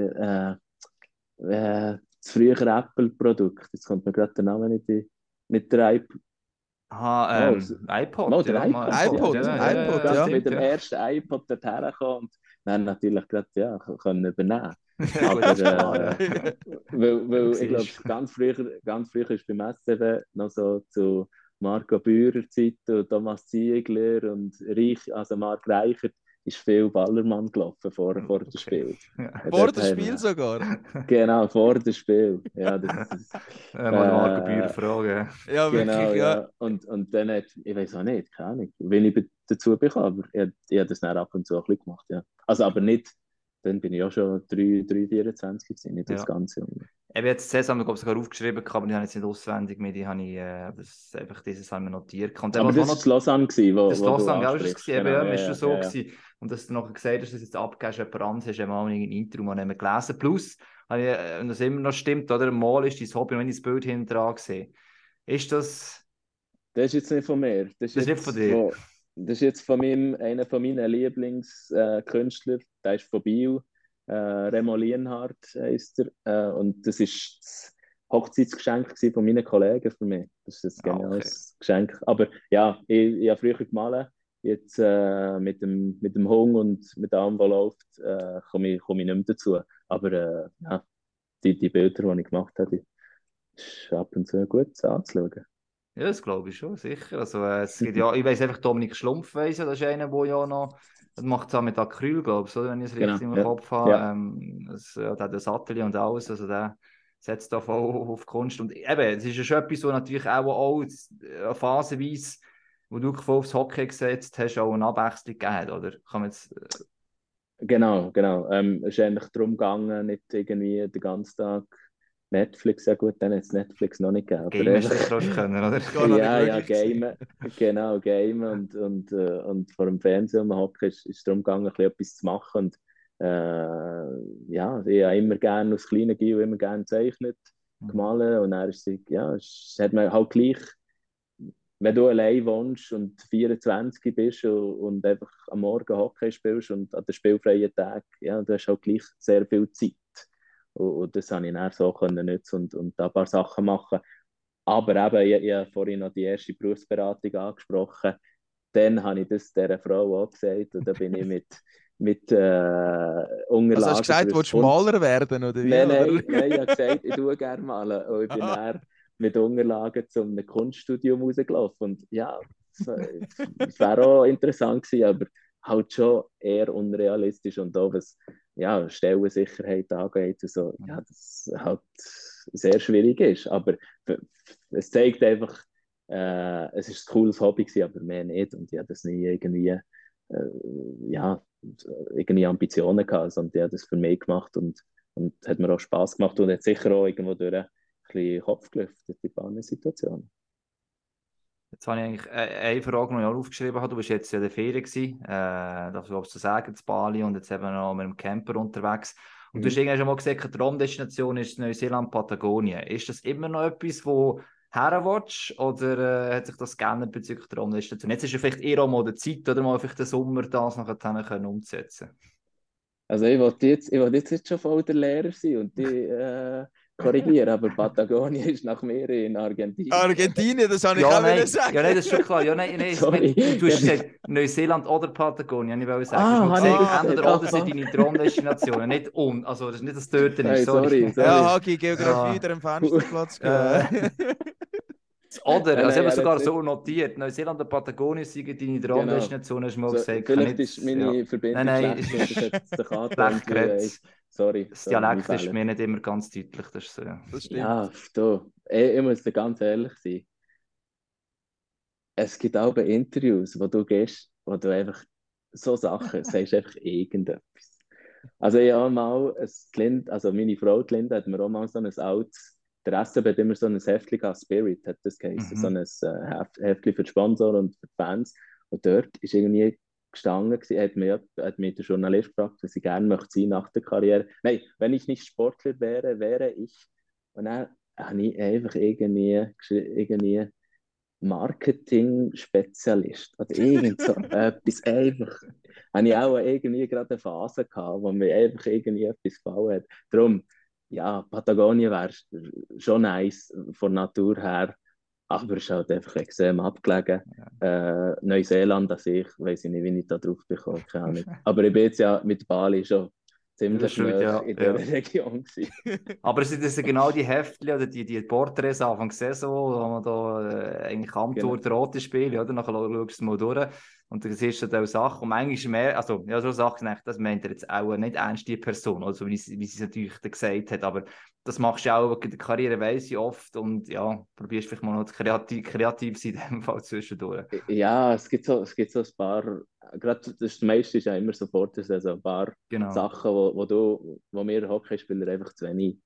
Das frühere Apple-Produkt. Jetzt kommt mir gerade der Name nicht der iPod. Aha, iPod, Der ja, mal iPod, ja, ja. Mit stimmt, dem ja. ersten iPod dorthin gekommen und dann natürlich gerade ja, können übernehmen. Ja, gut, Aber das ist klar, ja. weil ich glaube, Siehst. ganz früher ist beim SCB noch so zu Marco Bührer Zeit und Thomas Ziegler und also Marc Reichert ist viel Ballermann gelaufen vor dem Okay. Spiel. Ja. Vor Dort dem haben Spiel wir- sogar. Genau, vor dem Spiel. Ja, Mal den Marco Bührer fragen. Ja, wirklich, genau, ja. ja. Und dann hat, ich weiß auch nicht, keine Ahnung, wenn ich dazu bekomme, aber ich habe das dann ab und zu auch ein bisschen gemacht, ja. Also aber nicht, dann bin ich auch schon 24 gewesen, nicht das Ja. Ganze. Ich habe jetzt die Saison, glaube ich, sogar aufgeschrieben, aber die habe ich jetzt nicht auswendig mehr. Die habe ich das einfach dieses Mal notiert. Und dann, Aber was das auch war noch, Lausanne, das wo du Lausanne, gell, ist es ansprichst. gewesen? Genau, Eben, ist das so ja. gewesen? Und dass du noch gesagt hast, dass du jetzt abgehst, jemand anderes, hast du mal in einem Intro mal nicht mehr gelesen. Plus, habe ich, wenn das immer noch stimmt, oder? Mal ist dein Hobby, wenn ich das Bild hinten dran sehe. Ist das... Das ist jetzt nicht von mir. Das ist nicht von dir? Das ist jetzt von einer von meinen Lieblingskünstler. Der ist von Biel. Remo Lienhardt heisst er. Und das ist das Hochzeitsgeschenk gewesen von meinen Kollegen für mich. Das ist ein geniales Geschenk. Aber ja, ich habe früher gemalt. Jetzt mit dem Hunger und mit allem, was läuft, komme ich nicht mehr dazu. Aber ja, die Bilder, die ich gemacht habe, ist ab und zu gut anzuschauen. Ja, das glaube ich schon, sicher. Also, es gibt ja, ich weiß einfach, Dominik Schlumpf weiss ja, das ist einer, der ja noch, das macht es auch mit Acryl, glaube ich, oder, wenn ich es richtig im Kopf habe. Ja. Der hat das Atelier und alles, also der setzt da voll auf Kunst. Und eben, es ist ja schon etwas, wo natürlich auch phasenweise, wo du voll aufs Hockey gesetzt hast, auch eine Abwechslung gegeben, oder? Kann man jetzt, Genau. Es ist eigentlich darum gegangen, nicht irgendwie den ganzen Tag Netflix, ja gut, dann hat es Netflix noch nicht gegeben. Game hast du sicher auch können, oder? Gar noch nicht Ja, möglich gamen, genau, gamen und vor dem Fernsehen hocken ist darum gegangen, ein bisschen etwas zu machen. Und ja, ich habe immer gerne aus kleinen Gil immer gerne gezeichnet, gemalt und dann ist es hat man halt gleich, wenn du allein wohnst und 24 bist und einfach am Morgen Hockey spielst und an den spielfreien Tagen, ja, du hast halt gleich sehr viel Zeit. Und das konnte ich dann so können nutzen und da ein paar Sachen machen. Aber eben, ich habe vorhin noch die erste Berufsberatung angesprochen. Dann habe ich das dieser Frau auch gesagt und da bin ich mit Also hast du Unterlagen gesagt, für du ein willst Maler werden, oder wie? Nein, Oder? nein, ich habe gesagt, ich tue gerne malen. Und ich bin dann mit Unterlagen zu einem Kunststudium rausgelaufen. Und ja, es wäre auch interessant gewesen, aber halt schon eher unrealistisch. Und auch was ja, Stellensicherheit angeht, und so, ja, das halt sehr schwierig ist. Aber es zeigt einfach, es ist ein cooles Hobby gewesen, aber mehr nicht. Und ich habe das nie irgendwie, ja, irgendwie Ambitionen gehabt, sondern ich habe das für mich gemacht und hat mir auch Spass gemacht und hat sicher auch irgendwo durch ein bisschen Kopf gelüftet, die Bahnsituation. Jetzt habe ich eigentlich eine Frage, die ich auch aufgeschrieben habe. Du bist jetzt ja in der Ferien gewesen, das willst du sagen, in Bali und jetzt eben noch mit dem Camper unterwegs. Und du hast irgendwann schon mal gesagt, die Traumdestination ist Neuseeland, Patagonien. Ist das immer noch etwas, wo her willst, oder hat sich das geändert bezüglich der Traumdestination? Jetzt ist ja vielleicht eher auch mal die Zeit, oder mal vielleicht den Sommer das nachher können umzusetzen. Also ich wollte jetzt schon voll der Lehrer sein und die korrigieren, aber Patagonien ist nach mir in Argentinien. Argentinien, das habe ich Ja, auch nein, sagen. ja, nein, das ist schon klar. Ja, nein, nein, Sorry. du hast gesagt, Neuseeland oder Patagonien, ich wollte sagen. Ah, Du hast habe mal ich gesagt, das entweder gesagt? oder sind deine Traumdestinationen, nicht also das ist nicht das Töten Hey, ist, sorry. sorry. Ja, Hagi, Geografie Ja. wieder am Fensterplatz gehen. Oder, Nein, also nein, eben er sogar hat so notiert, Neuseeland und Patagonien sind deine Genau. Traumdestinationen, hast du mal So, gesagt. vielleicht Nicht, ist meine ja. Verbindung Nein, schlecht und das hat sich schlecht angetönt wie geredet. sorry, Das mein Dialekt ist Fehler. mir nicht immer ganz deutlich, das ist so, ja. Das stimmt. Ja, du, ich muss dir ganz ehrlich sein. Es gibt auch Interviews, wo du gehst, wo du einfach so Sachen sagst, einfach irgendetwas. Also ich habe mal also meine Frau, die Linda, hat mir auch mal so ein altes, der SCB hat immer so ein Heftchen gehabt, Spirit hat das geheißen, so ein Heftchen für die Sponsoren und für die Fans. Und dort ist irgendwie gestanden, hat mich der Journalist gefragt, was ich gerne möchte sein nach der Karriere. Nein, wenn ich nicht Sportler wäre, wäre ich. Und dann habe ich einfach irgendwie Marketing-Spezialist oder irgend so etwas einfach. Habe ich auch irgendwie gerade eine Phase gehabt, wo mir einfach irgendwie etwas gefallen hat. Darum, ja, Patagonien wäre schon nice von Natur her, aber es ist halt einfach extrem abgelegen. Neuseeland an sich, weiß ich nicht, wie ich da drauf bekomme, keine Ahnung. Aber ich bin jetzt ja mit Bali schon ziemlich schon, nah ja, in dieser Region gewesen. Aber sind das genau die Heftchen oder die Porträts Anfang der Saison, wo man da eigentlich Antwort rote Spiele, oder? Nachher schaust du mal durch und dann siehst du da auch Sachen und manchmal mehr, also ja, so Sachen, das meint er jetzt auch nicht ernst, die Person, also wie sie es natürlich dann gesagt hat, aber das machst du auch in der Karriere, weiss ich oft und ja, probierst vielleicht mal noch kreativ sein in dem Fall zwischendurch. Ja, es gibt so ein paar, gerade das meiste ist ja immer sofort, also ein paar Sachen, wo wir Hockeyspieler einfach zu wenig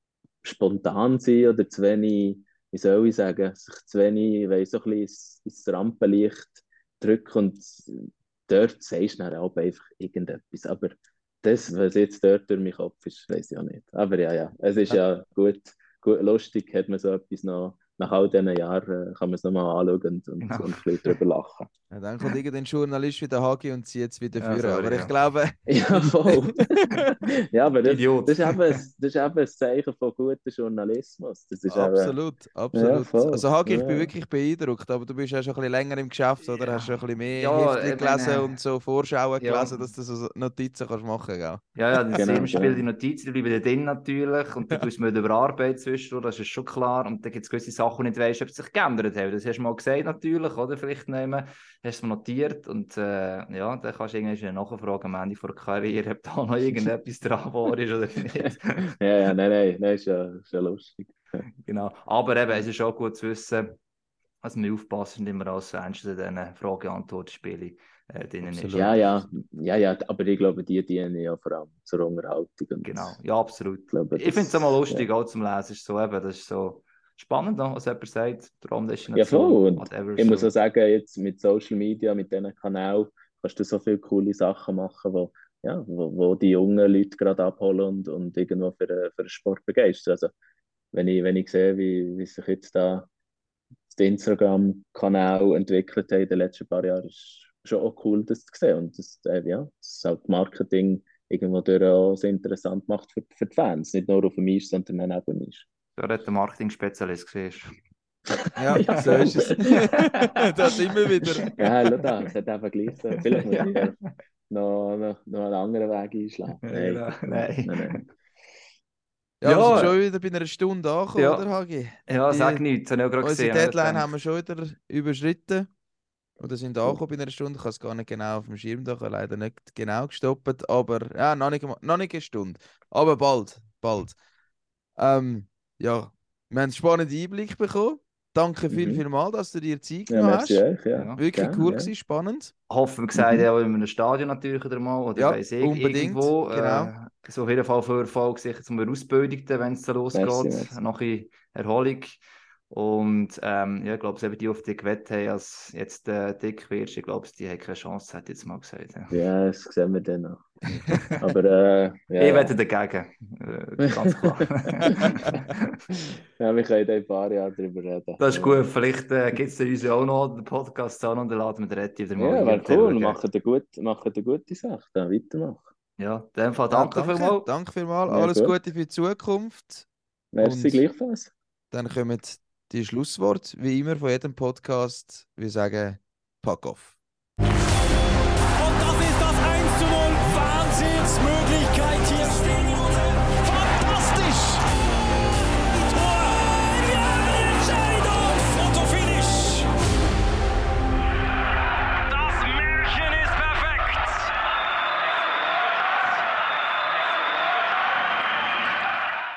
spontan sind oder zu wenig, wie soll ich sagen, sich zu wenig, weil so ein bisschen ins Rampenlicht drücken und dort sagst du dann auch einfach irgendetwas. Aber das, was jetzt dort durch meinen Kopf ist, weiß ich auch nicht. Aber ja, es ist ja gut, lustig, hat man so etwas noch. Nach all diesen Jahren kann man es nochmal anschauen und ein bisschen drüber lachen. Ja, dann kommt irgendein Journalist wie der Hagi und zieht es wieder führen. sorry, aber ich glaube... Ja, voll. Ja, aber das Idiot. ist eben ein Zeichen von gutem Journalismus. Das ist absolut. Ja, also Hagi, ich bin wirklich beeindruckt, aber du bist ja schon ein bisschen länger im Geschäft, oder? Hast schon ein bisschen mehr Heftchen gelesen und so Vorschauen gelesen, dass du so Notizen kannst machen, gell? Ja, das Genau, Spiel, die Notizen, die bleiben drin natürlich und dann tust du über Arbeit zwischendurch, das ist schon klar und dann gibt es gewisse Sachen, die du nicht weißt, ob sie sich geändert haben. Das hast du mal gesagt natürlich, oder? Vielleicht nehmen, hast du notiert und ja, dann kannst du irgendwie nachfragen am Ende der Karriere, ob da noch irgendetwas dran war ist oder nicht. nein, ist ja lustig. Genau, aber eben, es ist auch gut zu wissen, dass wir aufpassen, immer als Fans in diesen Frage-Antwort-Spielen drinnen ist. Ja, aber ich glaube, die dienen ja vor allem zur Unterhaltung. Und genau, ja, absolut. Ich finde es auch mal lustig, auch zum Lesen, ist so eben, das ist so spannend, was jemand sagt, Traumdestination. Ja, voll. Und whatever, ich muss auch sagen, jetzt mit Social Media, mit diesen Kanälen, kannst du so viele coole Sachen machen, wo die jungen Leute gerade abholen und irgendwo für den Sport begeistern. Also, wenn ich sehe, wie sich jetzt da der Instagram-Kanal entwickelt hat in den letzten paar Jahren, ist schon auch cool, das zu sehen. Und das ist halt Marketing irgendwo durch auch so interessant macht für die Fans. Nicht nur auf dem Eis, sondern auch neben dem Eis. Da hat der Marketing-Spezialist gesehen. Ja, Ja, so ist es. Das immer wieder. Ja, schau da, es hat einfach gleich so. Vielleicht muss ich ja noch einen anderen Weg einschlagen. Nein. Ja, Ja. wir sind schon wieder bei einer Stunde angekommen, Ja. oder Hagi? Ja, sag nichts, habe ich auch gerade Unsere gesehen. Deadline haben wir schon wieder überschritten. Oder sind angekommen bei einer Stunde. Ich habe es gar nicht genau auf dem Schirm, da ich habe leider nicht genau gestoppt. Aber ja, noch nicht eine Stunde. Aber bald. Ja, wir haben einen spannenden Einblick bekommen. Danke vielmals, dass du dir Zeit Ja, genommen hast. merci euch. Ja. Ja. Wirklich Gerne, cool ja. gewesen, spannend. Hoffen wir gesagt, ja, in einem Stadion natürlich wieder mal. Oder Ja, bei sich unbedingt, irgendwo. genau. So auf jeden Fall viel Erfolg sicher zum Ausbildenden, wenn es so losgeht. Merci. Noch ein Erholung. Und ja, ich glaube, die auf dich gewettet haben, als jetzt dick wirst, ich glaube, die haben keine Chance, hätte ich jetzt mal gesagt. Ja. Ja, das sehen wir dann noch. Aber Ich wette dagegen, ganz klar. Ja, wir können da ein paar Jahre drüber reden. Das ist gut, vielleicht gibt es uns ja auch noch den Podcast an und dann laden wir den Retti wieder mal Ja, wäre hier cool. schauen. Machen eine gute Sache. Dann weitermachen. Ja, in dem Fall danke vielmals. Danke vielmals. Ja, Alles gut. Gute für die Zukunft. Merci Und- gleichfalls. Dann kommen die Schlussworte, wie immer von jedem Podcast. Wir sagen, pack off. Und das ist das 1:0. Wahnsinnsmöglichkeit hier.